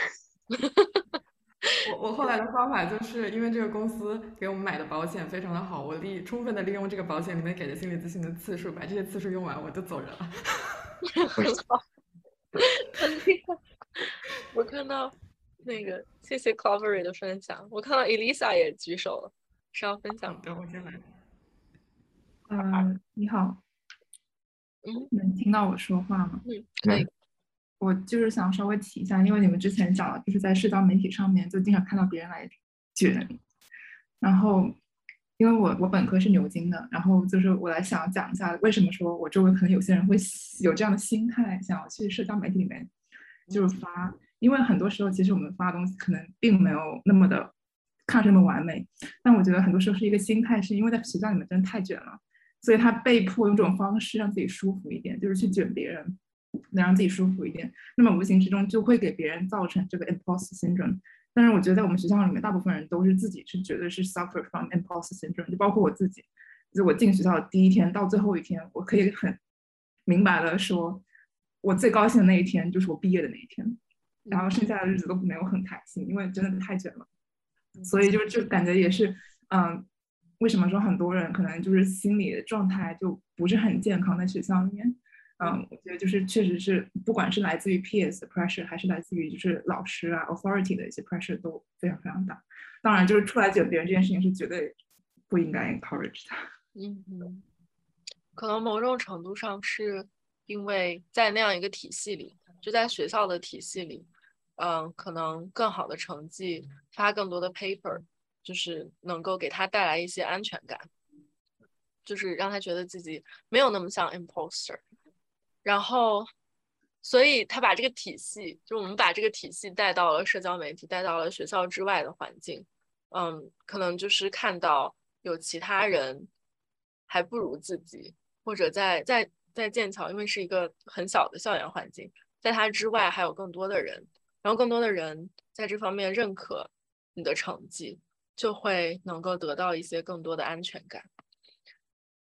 我我后来的方法就是因为这个公司给我们买的保险非常的好，我利充分的利用这个保险里面给的心理咨询的次数，把这些次数用完，我就走人了。 很好，很厉害。我看到那个，谢谢 Clovery 的分享。我看到 Elisa 也举手了，是要分享。 等我先来。 呃，你好。 嗯， 能听到我说话吗？ 嗯，可以。 我就是想稍微提一下，因为你们之前讲了，就是在社交媒体上面就经常看到别人来卷你，然后因为我我本科是牛津的，然后就是我来想讲一下为什么说我周围可能有些人会有这样的心态，想要去社交媒体里面就是发，因为很多时候其实我们发的东西可能并没有那么的看上那么完美，但我觉得很多时候是一个心态，是因为在学校里面真的太卷了，所以他被迫用这种方式让自己舒服一点，就是去卷别人。能让自己舒服一点，那么无形之中就会给别人造成这个 imposter syndrome。但是我觉得在我们学校里面，大部分人都是自己是绝对是 suffer from imposter syndrome， 就包括我自己。就我进学校的第一天到最后一天，我可以很明白的说，我最高兴的那一天就是我毕业的那一天，然后剩下的日子都没有很开心，因为真的太卷了。所以就就感觉也是，嗯，为什么说很多人可能就是心理的状态就不是很健康在学校里面。嗯，我觉得就是确实是，不管是来自于 peers 的 pressure， 还是来自于就是老师啊 authority 的一些 pressure 都非常非常大。当然，就是出来卷别人这件事情是绝对不应该 encourage 的。 嗯嗯，可能某种程度上是因为在那样一个体系里，就在学校的体系里，嗯，可能更好的成绩发更多的 paper， 就是能够给他带来一些安全感，就是让他觉得自己没有那么像 imposter。然后，所以他把这个体系，就我们把这个体系带到了社交媒体，带到了学校之外的环境。嗯，可能就是看到有其他人还不如自己，或者在在在剑桥，因为是一个很小的校园环境，在它之外还有更多的人，然后更多的人在这方面认可你的成绩，就会能够得到一些更多的安全感。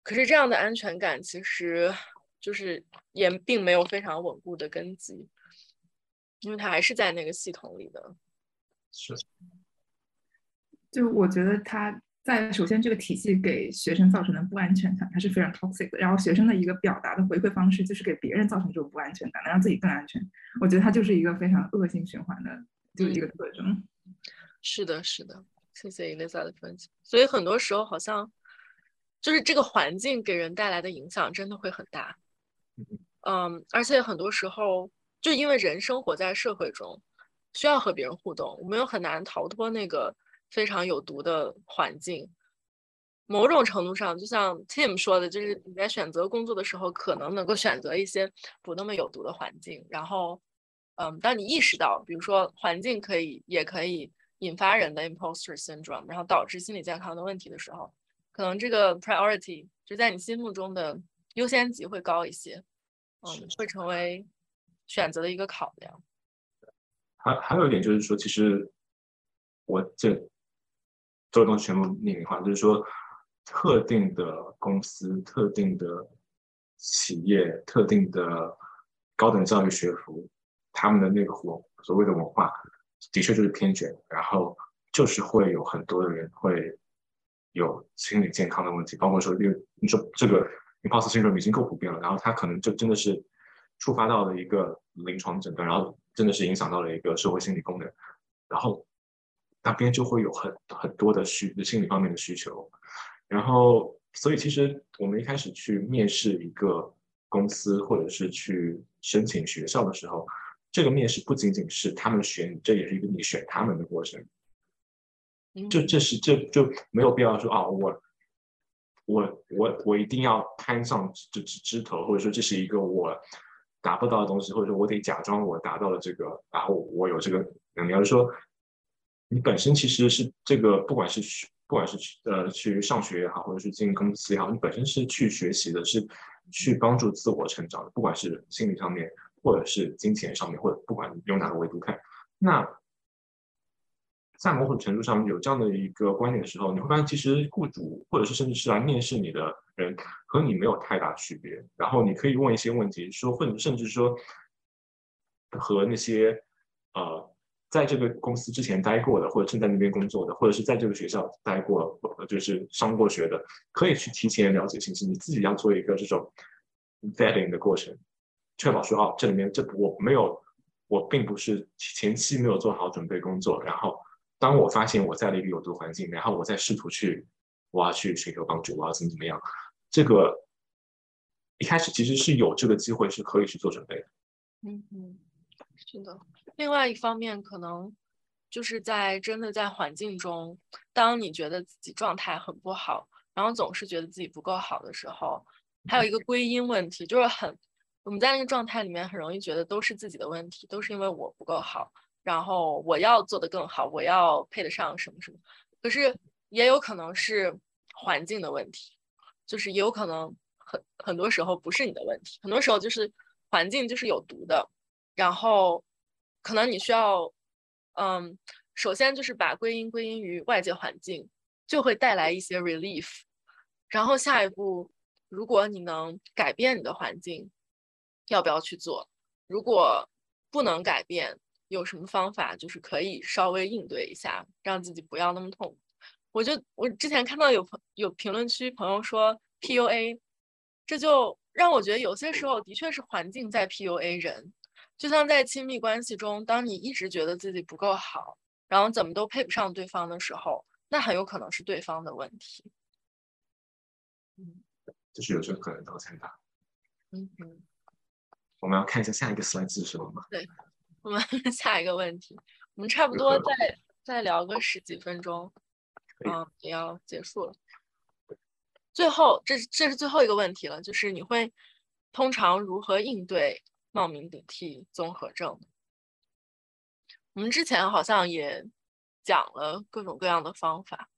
可是这样的安全感其实就是也并没有非常稳固的根基，因为它还是在那个系统里的。 是， 就我觉得他在首先这个体系给学生造成的不安全感，它是非常 toxic 的。然后学生的一个表达的回馈方式就是给别人造成这种不安全感，能让自己更安全。我觉得它就是一个非常恶性循环的，就是一个特征。 嗯、是的，是的，谢谢 Elisa 的分析。所以很多时候好像就是这个环境给人带来的影响真的会很大。嗯，而且很多时候就因为人生活在社会中，需要和别人互动，我们又很难逃脱那个非常有毒的环境。某种程度上，就像 Tim 说的，就是你在选择工作的时候，可能能够选择一些不那么有毒的环境。然后，嗯，当你意识到，比如说环境可以也可以引发人的 imposter syndrome， 然后导致心理健康的问题的时候，可能这个 priority 就在你心目中的优先级会高一些，嗯，会成为选择的一个考量。 还还有一点就是说，其实我这这个东西全部匿名化，就是说特定的公司、特定的企业、特定的高等教育学府，他们的那个文所谓的文化，的确就是偏卷，然后就是会有很多的人会有心理健康的问题，包括说，因为你说这个 imposter syndrome 已经够普遍了，然后它可能就真的是触发到了一个临床诊断，然后真的是影响到了一个社会心理功能，然后那边就会有很很多的需心理方面的需求，然后所以其实我们一开始去面试一个公司或者是去申请学校的时候，这个面试不仅仅是他们选你，这也是一个你选他们的过程。就这是这就没有必要说啊，我我我我一定要攀上这枝枝头，或者说这是一个我达不到的东西，或者说我得假装我达到了这个，然后我有这个能力。而是说，你本身其实是这个，不管是不管是呃去上学也好，或者是进公司也好，你本身是去学习的，是去帮助自我成长的，不管是心理上面，或者是金钱上面，或者不管用哪个维度看，那。在某种程度上有这样的一个观点的时候，你会发现其实雇主或者是甚至是来面试你的人和你没有太大区别。然后你可以问一些问题，说或者甚至说和那些呃在这个公司之前待过的，或者正在那边工作的，或者是在这个学校待过，就是上过学的，可以去提前了解信息。你自己要做一个这种 vetting 的过程，确保说哦，这里面这我没有，我并不是前期没有做好准备工作，然后。当我发现我在了一个有毒环境，然后我再试图去，我要去寻求帮助，我要怎么怎么样，这个一开始其实是有这个机会是可以去做准备的。 嗯嗯，是的。另外一方面，可能就是在真的在环境中，当你觉得自己状态很不好，然后总是觉得自己不够好的时候，还有一个归因问题，就是很我们在那个状态里面很容易觉得都是自己的问题，都是因为我不够好。然后我要做得更好，我要配得上什么什么，可是也有可能是环境的问题，就是也有可能很很多时候不是你的问题，很多时候就是环境就是有毒的，然后可能你需要，嗯，首先就是把归因归因于外界环境，就会带来一些 relief， 然后下一步，如果你能改变你的环境，要不要去做？如果不能改变，有什么方法就是可以稍微应对一下，让自己不要那么痛苦。我就我之前看到有朋有评论区朋友说 P U A， 这就让我觉得有些时候的确是环境在 P U A 人。就像在亲密关系中，当你一直觉得自己不够好，然后怎么都配不上对方的时候，那很有可能是对方的问题。 嗯，就是有这个可能性参大。 嗯嗯。 我们要看一下下一个 slide 是什么吗？ 对。我们下一个问题，我们差不多再再聊个十几分钟，嗯，也要结束了。最后，这是这是最后一个问题了，就是你会通常如何应对冒名顶替综合症？我们之前好像也讲了各种各样的方法，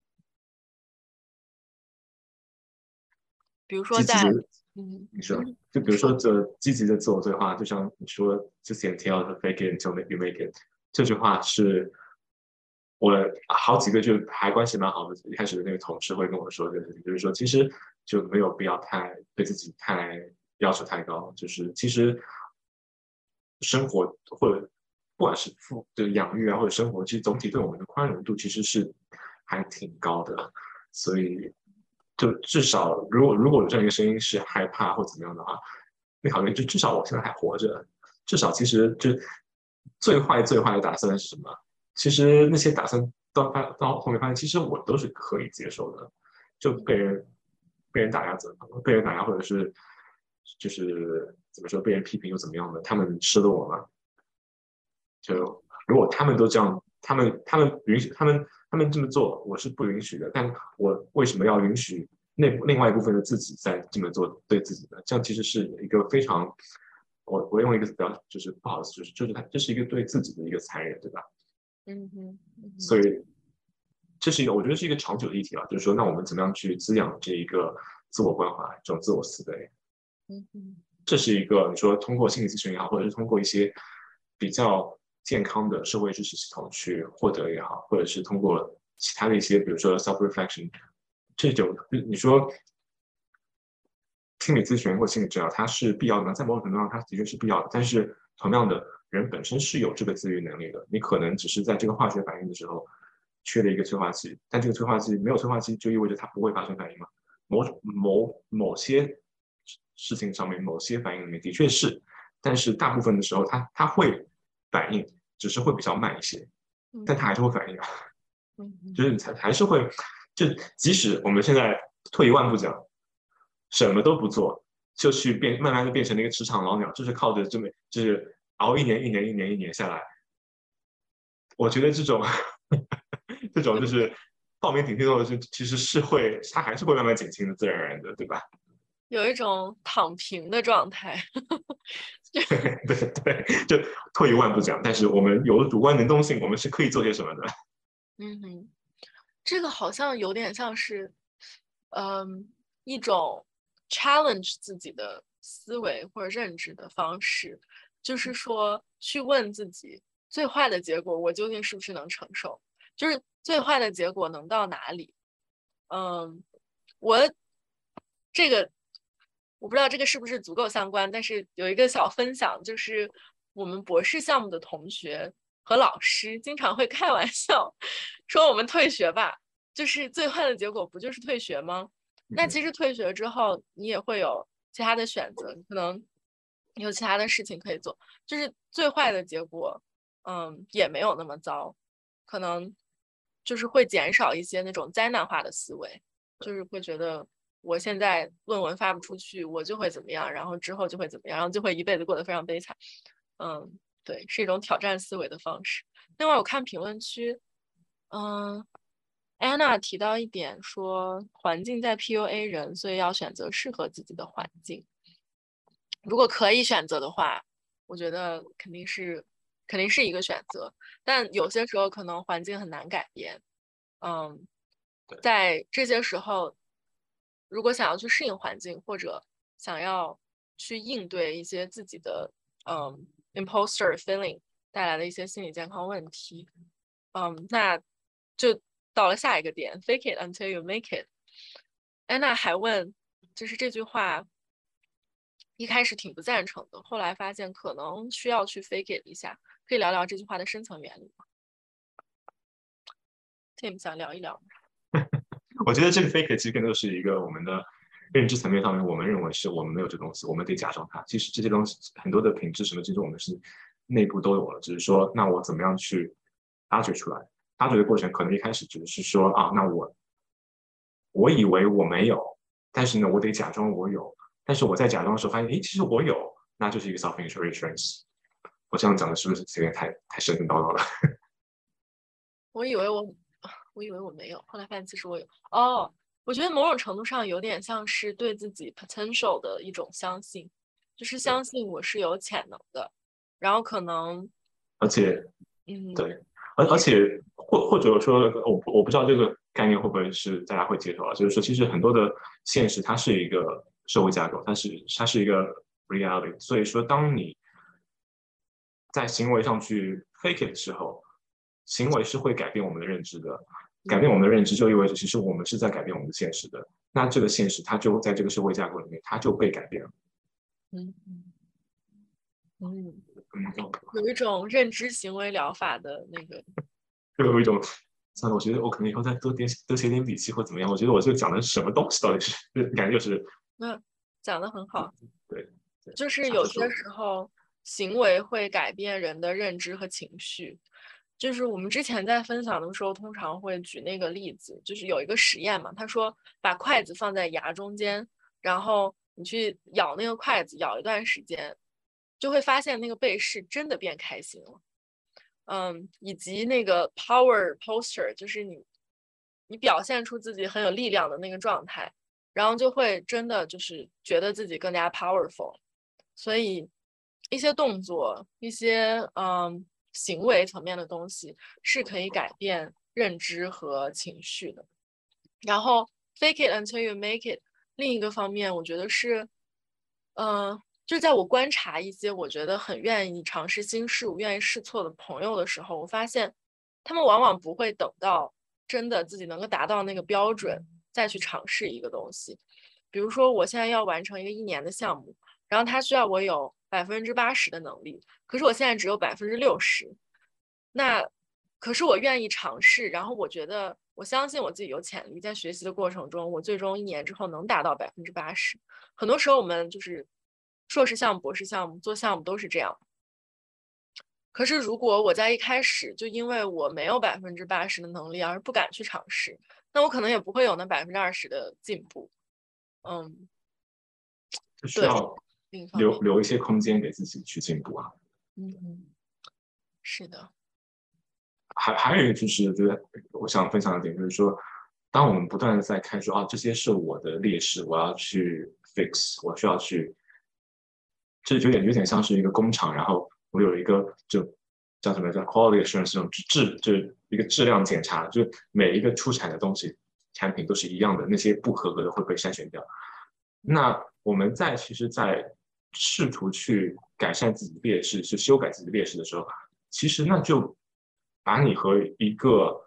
比如说在嗯，你说，就比如说这积极的自我对话，就像你说之前提到的 "fake it until you make it" 这句话是我好几个就还关系蛮好的一开始的那个同事会跟我说的，就是说其实就没有必要太对自己太要求太高。就是其实生活或者不管是父的养育啊，或者生活，其实总体对我们的宽容度其实是还挺高的。所以就至少如果如果有这样一个声音是害怕或怎么样的话，你考虑就至少我现在还活着，至少其实就最坏最坏的打算是什么？其实那些打算到发到后面发现，其实我都是可以接受的。就被人被人打压怎么被人打压，或者是就是怎么说被人批评又怎么样的？他们吃了我吗？就如果他们都这样，他们他们允许他们他们这么做，我是不允许的。但我为什么要允许那另外一部分的自己在这么做对自己呢？这样其实是一个非常，我我用一个比较就是不好的，就是就是它这是一个对自己的一个残忍，对吧？ 嗯哼， 所以这是一个我觉得是一个长久的议题了，就是说，那我们怎么样去滋养这一个自我关怀，这种自我思维？ 嗯哼， 这是一个你说通过心理咨询也好，或者是通过一些比较健康的社会知识系统去获得也好，或者是通过其他的一些，比如说 self reflection 这种，你说心理咨询或心理治疗，它是必要的吗？在某种程度上，它的确是必要的。但是同样的，人本身是有这个自愈能力的。你可能只是在这个化学反应的时候缺了一个催化剂，但这个催化剂没有催化剂，就意味着它不会发生反应吗？某某某些事情上面，某些反应里面的确是，但是大部分的时候它它会反应，只是会比较慢一些，但它还是会反应啊。就是你才还是会，就即使我们现在退一万步讲，什么都不做，就去变慢慢的变成了一个职场老鸟，就是靠着这么就是熬一年一年一年一年下来，我觉得这种这种就是报名顶天斗是其实是会，它还是会慢慢减轻的，自然而然的，对吧？ 有一种躺平的状态。 对对对，就退一万步讲，但是我们有了主观能动性，我们是可以做些什么的。 嗯哼，这个好像有点像是，嗯，一种 challenge 自己的思维或者认知的方式，就是说去问自己，最坏的结果我究竟是不是能承受？就是最坏的结果能到哪里？嗯，我这个我不知道这个是不是足够相关，但是有一个小分享，就是我们博士项目的同学和老师经常会开玩笑说我们退学吧，就是最坏的结果不就是退学吗？那其实退学之后你也会有其他的选择，可能有其他的事情可以做，就是最坏的结果嗯也没有那么糟，可能就是会减少一些那种灾难化的思维，就是会觉得我现在论文发不出去我就会怎么样，然后之后就会怎么样，然后就会一辈子过得非常悲惨。嗯，对，是一种挑战思维的方式。另外我看评论区嗯安娜提到一点说环境在 P U A 人，所以要选择适合自己的环境。如果可以选择的话，我觉得肯定是肯定是一个选择，但有些时候可能环境很难改变。嗯，在这些时候如果想要去适应环境，或者想要去应对一些自己的嗯 imposter feeling 带来的一些心理健康问题，嗯，那就到了下一个点 ，fake it until you make it。安娜还问，就是这句话一开始挺不赞成的，后来发现可能需要去 fake it 一下，可以聊聊这句话的深层原理吗 ？Tim 想聊一聊。 我觉得这个 fake it 其实更多是一个我们的认知层面上面，我们认为是我们没有这东西，我们得假装它。其实这些东西很多的品质什么，其实我们是内部都有了，只是说那我怎么样去发掘出来？发掘的过程可能一开始只是说啊，那我我以为我没有，但是呢，我得假装我有。但是我在假装的时候发现，诶，其实我有，那就是一个 self insurance。我这样讲的是不是有点太太神神叨叨了？ 我以为我，我以为我没有，后来发现其实我有。哦，我觉得某种程度上有点像是对自己 potential 的一种相信，就是相信我是有潜能的，然后可能， 而且， 嗯， 对。而而且或或者说，我我不知道这个概念会不会是大家会接受啊？就是说，其实很多的现实它是一个社会架构，它是它是一个 reality。所以说，当你在行为上去 fake it 的时候，行为是会改变我们的认知的。 改变我们的认知，就意味着其实我们是在改变我们的现实的。那这个现实，它就在这个社会架构里面，它就被改变了。 嗯嗯，有一种认知行为疗法的那个， 就有一种，算了，我觉得我可能以后再多点多写点笔记或怎么样。我觉得我这个讲的是什么东西，到底是感觉就是， 那讲的很好。 对， 就是有些时候行为会改变人的认知和情绪。就是我们之前在分享的时候，通常会举那个例子，就是有一个实验嘛，他说把筷子放在牙中间，然后你去咬那个筷子，咬一段时间，就会发现那个被试真的变开心了。嗯，以及那个 power posture， 就是你你表现出自己很有力量的那个状态，然后就会真的就是觉得自己更加 powerful。所以一些动作，一些嗯。行为层面的东西是可以改变认知和情绪的。然后 fake it until you make it， 另一个方面我觉得是嗯、呃，就在我观察一些我觉得很愿意尝试新事物、愿意试错的朋友的时候，我发现他们往往不会等到真的自己能够达到那个标准再去尝试一个东西。比如说我现在要完成一个一年的项目，然后它需要我有百分之八十的能力，可是我现在只有百分之六十。那可是我愿意尝试，然后我觉得我相信我自己有潜力，在学习的过程中，我最终一年之后能达到百分之八十。很多时候我们就是硕士项目、博士项目做项目都是这样。可是如果我在一开始就因为我没有百分之八十的能力而不敢去尝试，那我可能也不会有那百分之二十的进步。嗯， 就需要留留一些空间给自己去进步啊。 嗯，是的。 还还有一个就是，觉得我想分享的点就是说，当我们不断的在看说啊，这些是我的劣势，我要去 fix， 我需要去，这有点有点像是一个工厂，然后我有一个就叫什么叫 quality assurance 这种质，就是一个质量检查，就每一个出产的东西产品都是一样的，那些不合格的会被筛选掉。那我们在其实，在试图去改善自己的劣势，去修改自己的劣势的时候，其实那就把你和一个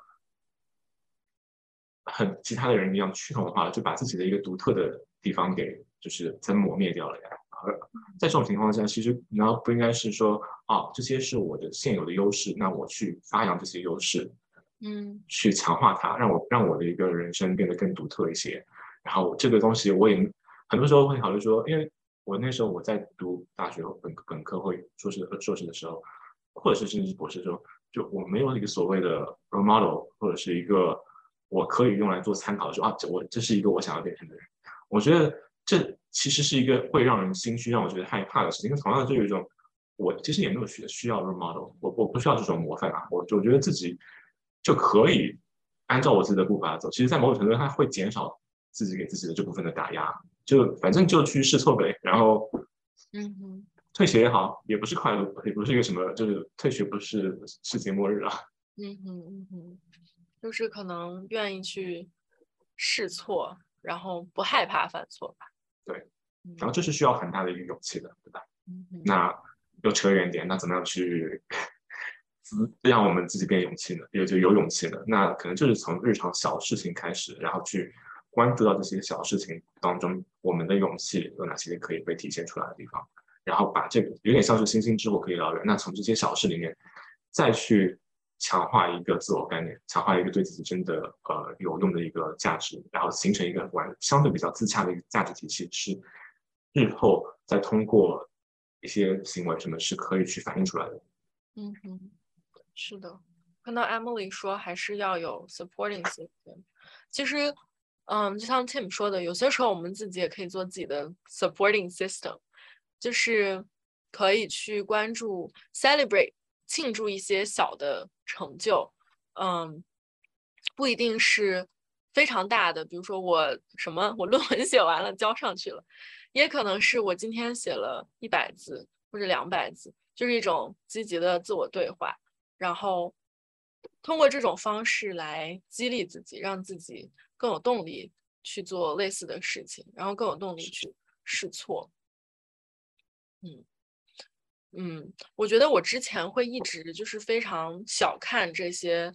很其他的人一样趋同化了，就把自己的一个独特的地方给就是再抹灭掉了呀。而在这种情况下，其实难道不应该是说啊，这些是我的现有的优势，那我去发扬这些优势， 嗯， 去强化它，让我让我的一个人生变得更独特一些。然后这个东西我也很多时候会考虑说，因为我那时候我在读大学本本科或硕士硕士的时候，或者是甚至是博士的时候，就我没有一个所谓的 role model， 或者是一个我可以用来做参考，说啊，这我这是一个我想要变成的人。我觉得这其实是一个会让人心虚，让我觉得害怕的事情。同样就有一种，我其实也没有需需要 role model， 我我不需要这种模范啊，我我觉得自己就可以按照我自己的步伐走。其实，在某种程度上，它会减少自己给自己的这部分的打压，就反正就去试错呗，然后， 嗯哼， 退学也好，也不是快乐，也不是一个什么，就是退学不是世界末日啊。 嗯哼嗯哼，就是可能愿意去试错，然后不害怕犯错吧。 对，然后这是需要很大的一个勇气的，对吧？ 嗯哼， 那又扯远点，那怎么样去让我们自己变勇气呢？也就有勇气呢？那可能就是从日常小事情开始，然后去关注到这些小事情当中，我们的勇气有哪些可以被体现出来的地方，然后把这个有点像是星星之火可以燎原。那从这些小事里面，再去强化一个自我概念，强化一个对自己真的呃有用的一个价值，然后形成一个完相对比较自洽的一个价值体系，是日后再通过一些行为什么是可以去反映出来的。 嗯哼，是的。看到 Emily 说还是要有 supporting system， 其实嗯，就像 Tim 说的，有些时候我们自己也可以做自己的 supporting system， 就是可以去关注 celebrate 庆祝一些小的成就，嗯，不一定是非常大的，比如说我什么我论文写完了交上去了，也可能是我今天写了一百字或者两百字，就是一种积极的自我对话，然后通过这种方式来激励自己，让自己更有动力去做类似的事情，然后更有动力去试错。嗯嗯，我觉得我之前会一直就是非常小看这些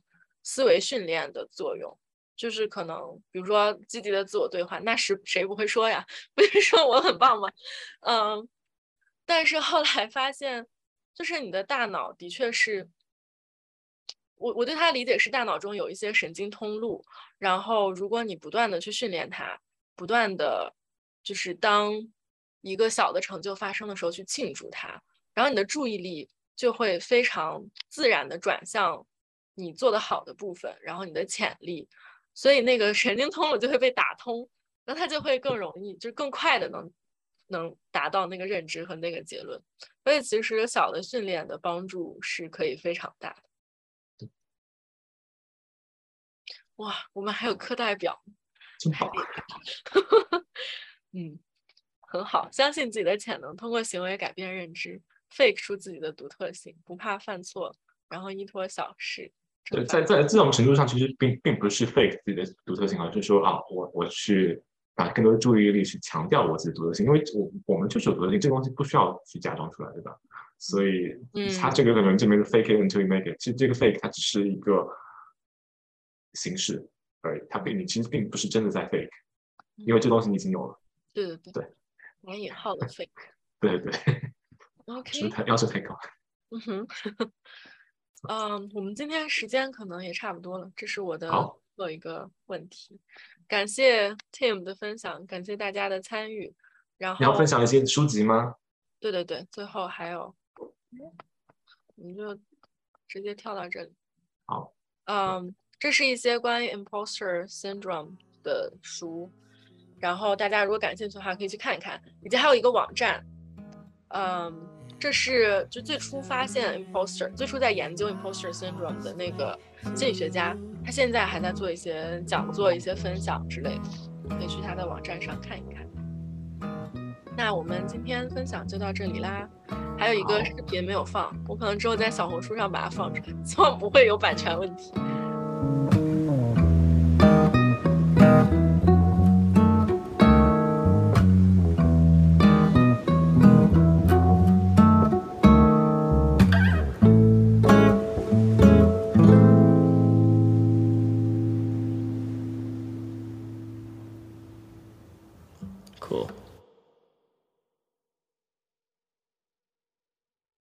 思维训练的作用。就是可能比如说积极的自我对话，那是谁不会说呀？不是说我很棒吗？嗯，但是后来发现，就是你的大脑的确是，我我对它理解是大脑中有一些神经通路，然后如果你不断的去训练它，不断的就是当一个小的成就发生的时候去庆祝它，然后你的注意力就会非常自然的转向你做得好的部分，然后你的潜力。所以那个神经通路就会被打通，那它就会更容易，就更快的能能达到那个认知和那个结论。所以其实小的训练的帮助是可以非常大的。哇，我们还有课代表， 真好。 嗯，很好，相信自己的潜能，通过行为改变认知 ，fake 出自己的独特性，不怕犯错，然后依托小事。 对，在在这种程度上，其实并并不是 fake 自己的独特性，而是说啊，我我去把更多的注意力去强调我自己的独特性，因为我我们就是有独特性，这个东西不需要去假装出来，对吧？所以它这个可能这边的 fake it until you make it，其实这个 fake 它只是一个形式而已，它并你其实并不是真的在 fake， 因为这东西你已经有了。 对对对， 对， 打引号的 fake。 对对对。 OK， 是不是太要求太高？ 嗯哼。嗯，我们今天时间可能也差不多了，这是我的最后一个问题。感谢 Tim 的分享，感谢大家的参与。然后你要分享一些书籍吗？ 对对对，最后还有，我们就直接跳到这里。 好， 嗯，这是一些关于 imposter syndrome 的书，然后大家如果感兴趣的话可以去看一看，以及还有一个网站，嗯。这是就最初发现 imposter， 最初在研究 imposter syndrome 的那个心理学家，他现在还在做一些讲座、一些分享之类的，可以去他的网站上看一看。那我们今天分享就到这里啦，还有一个视频没有放，我可能之后在小红书上把它放出来，希望不会有版权问题。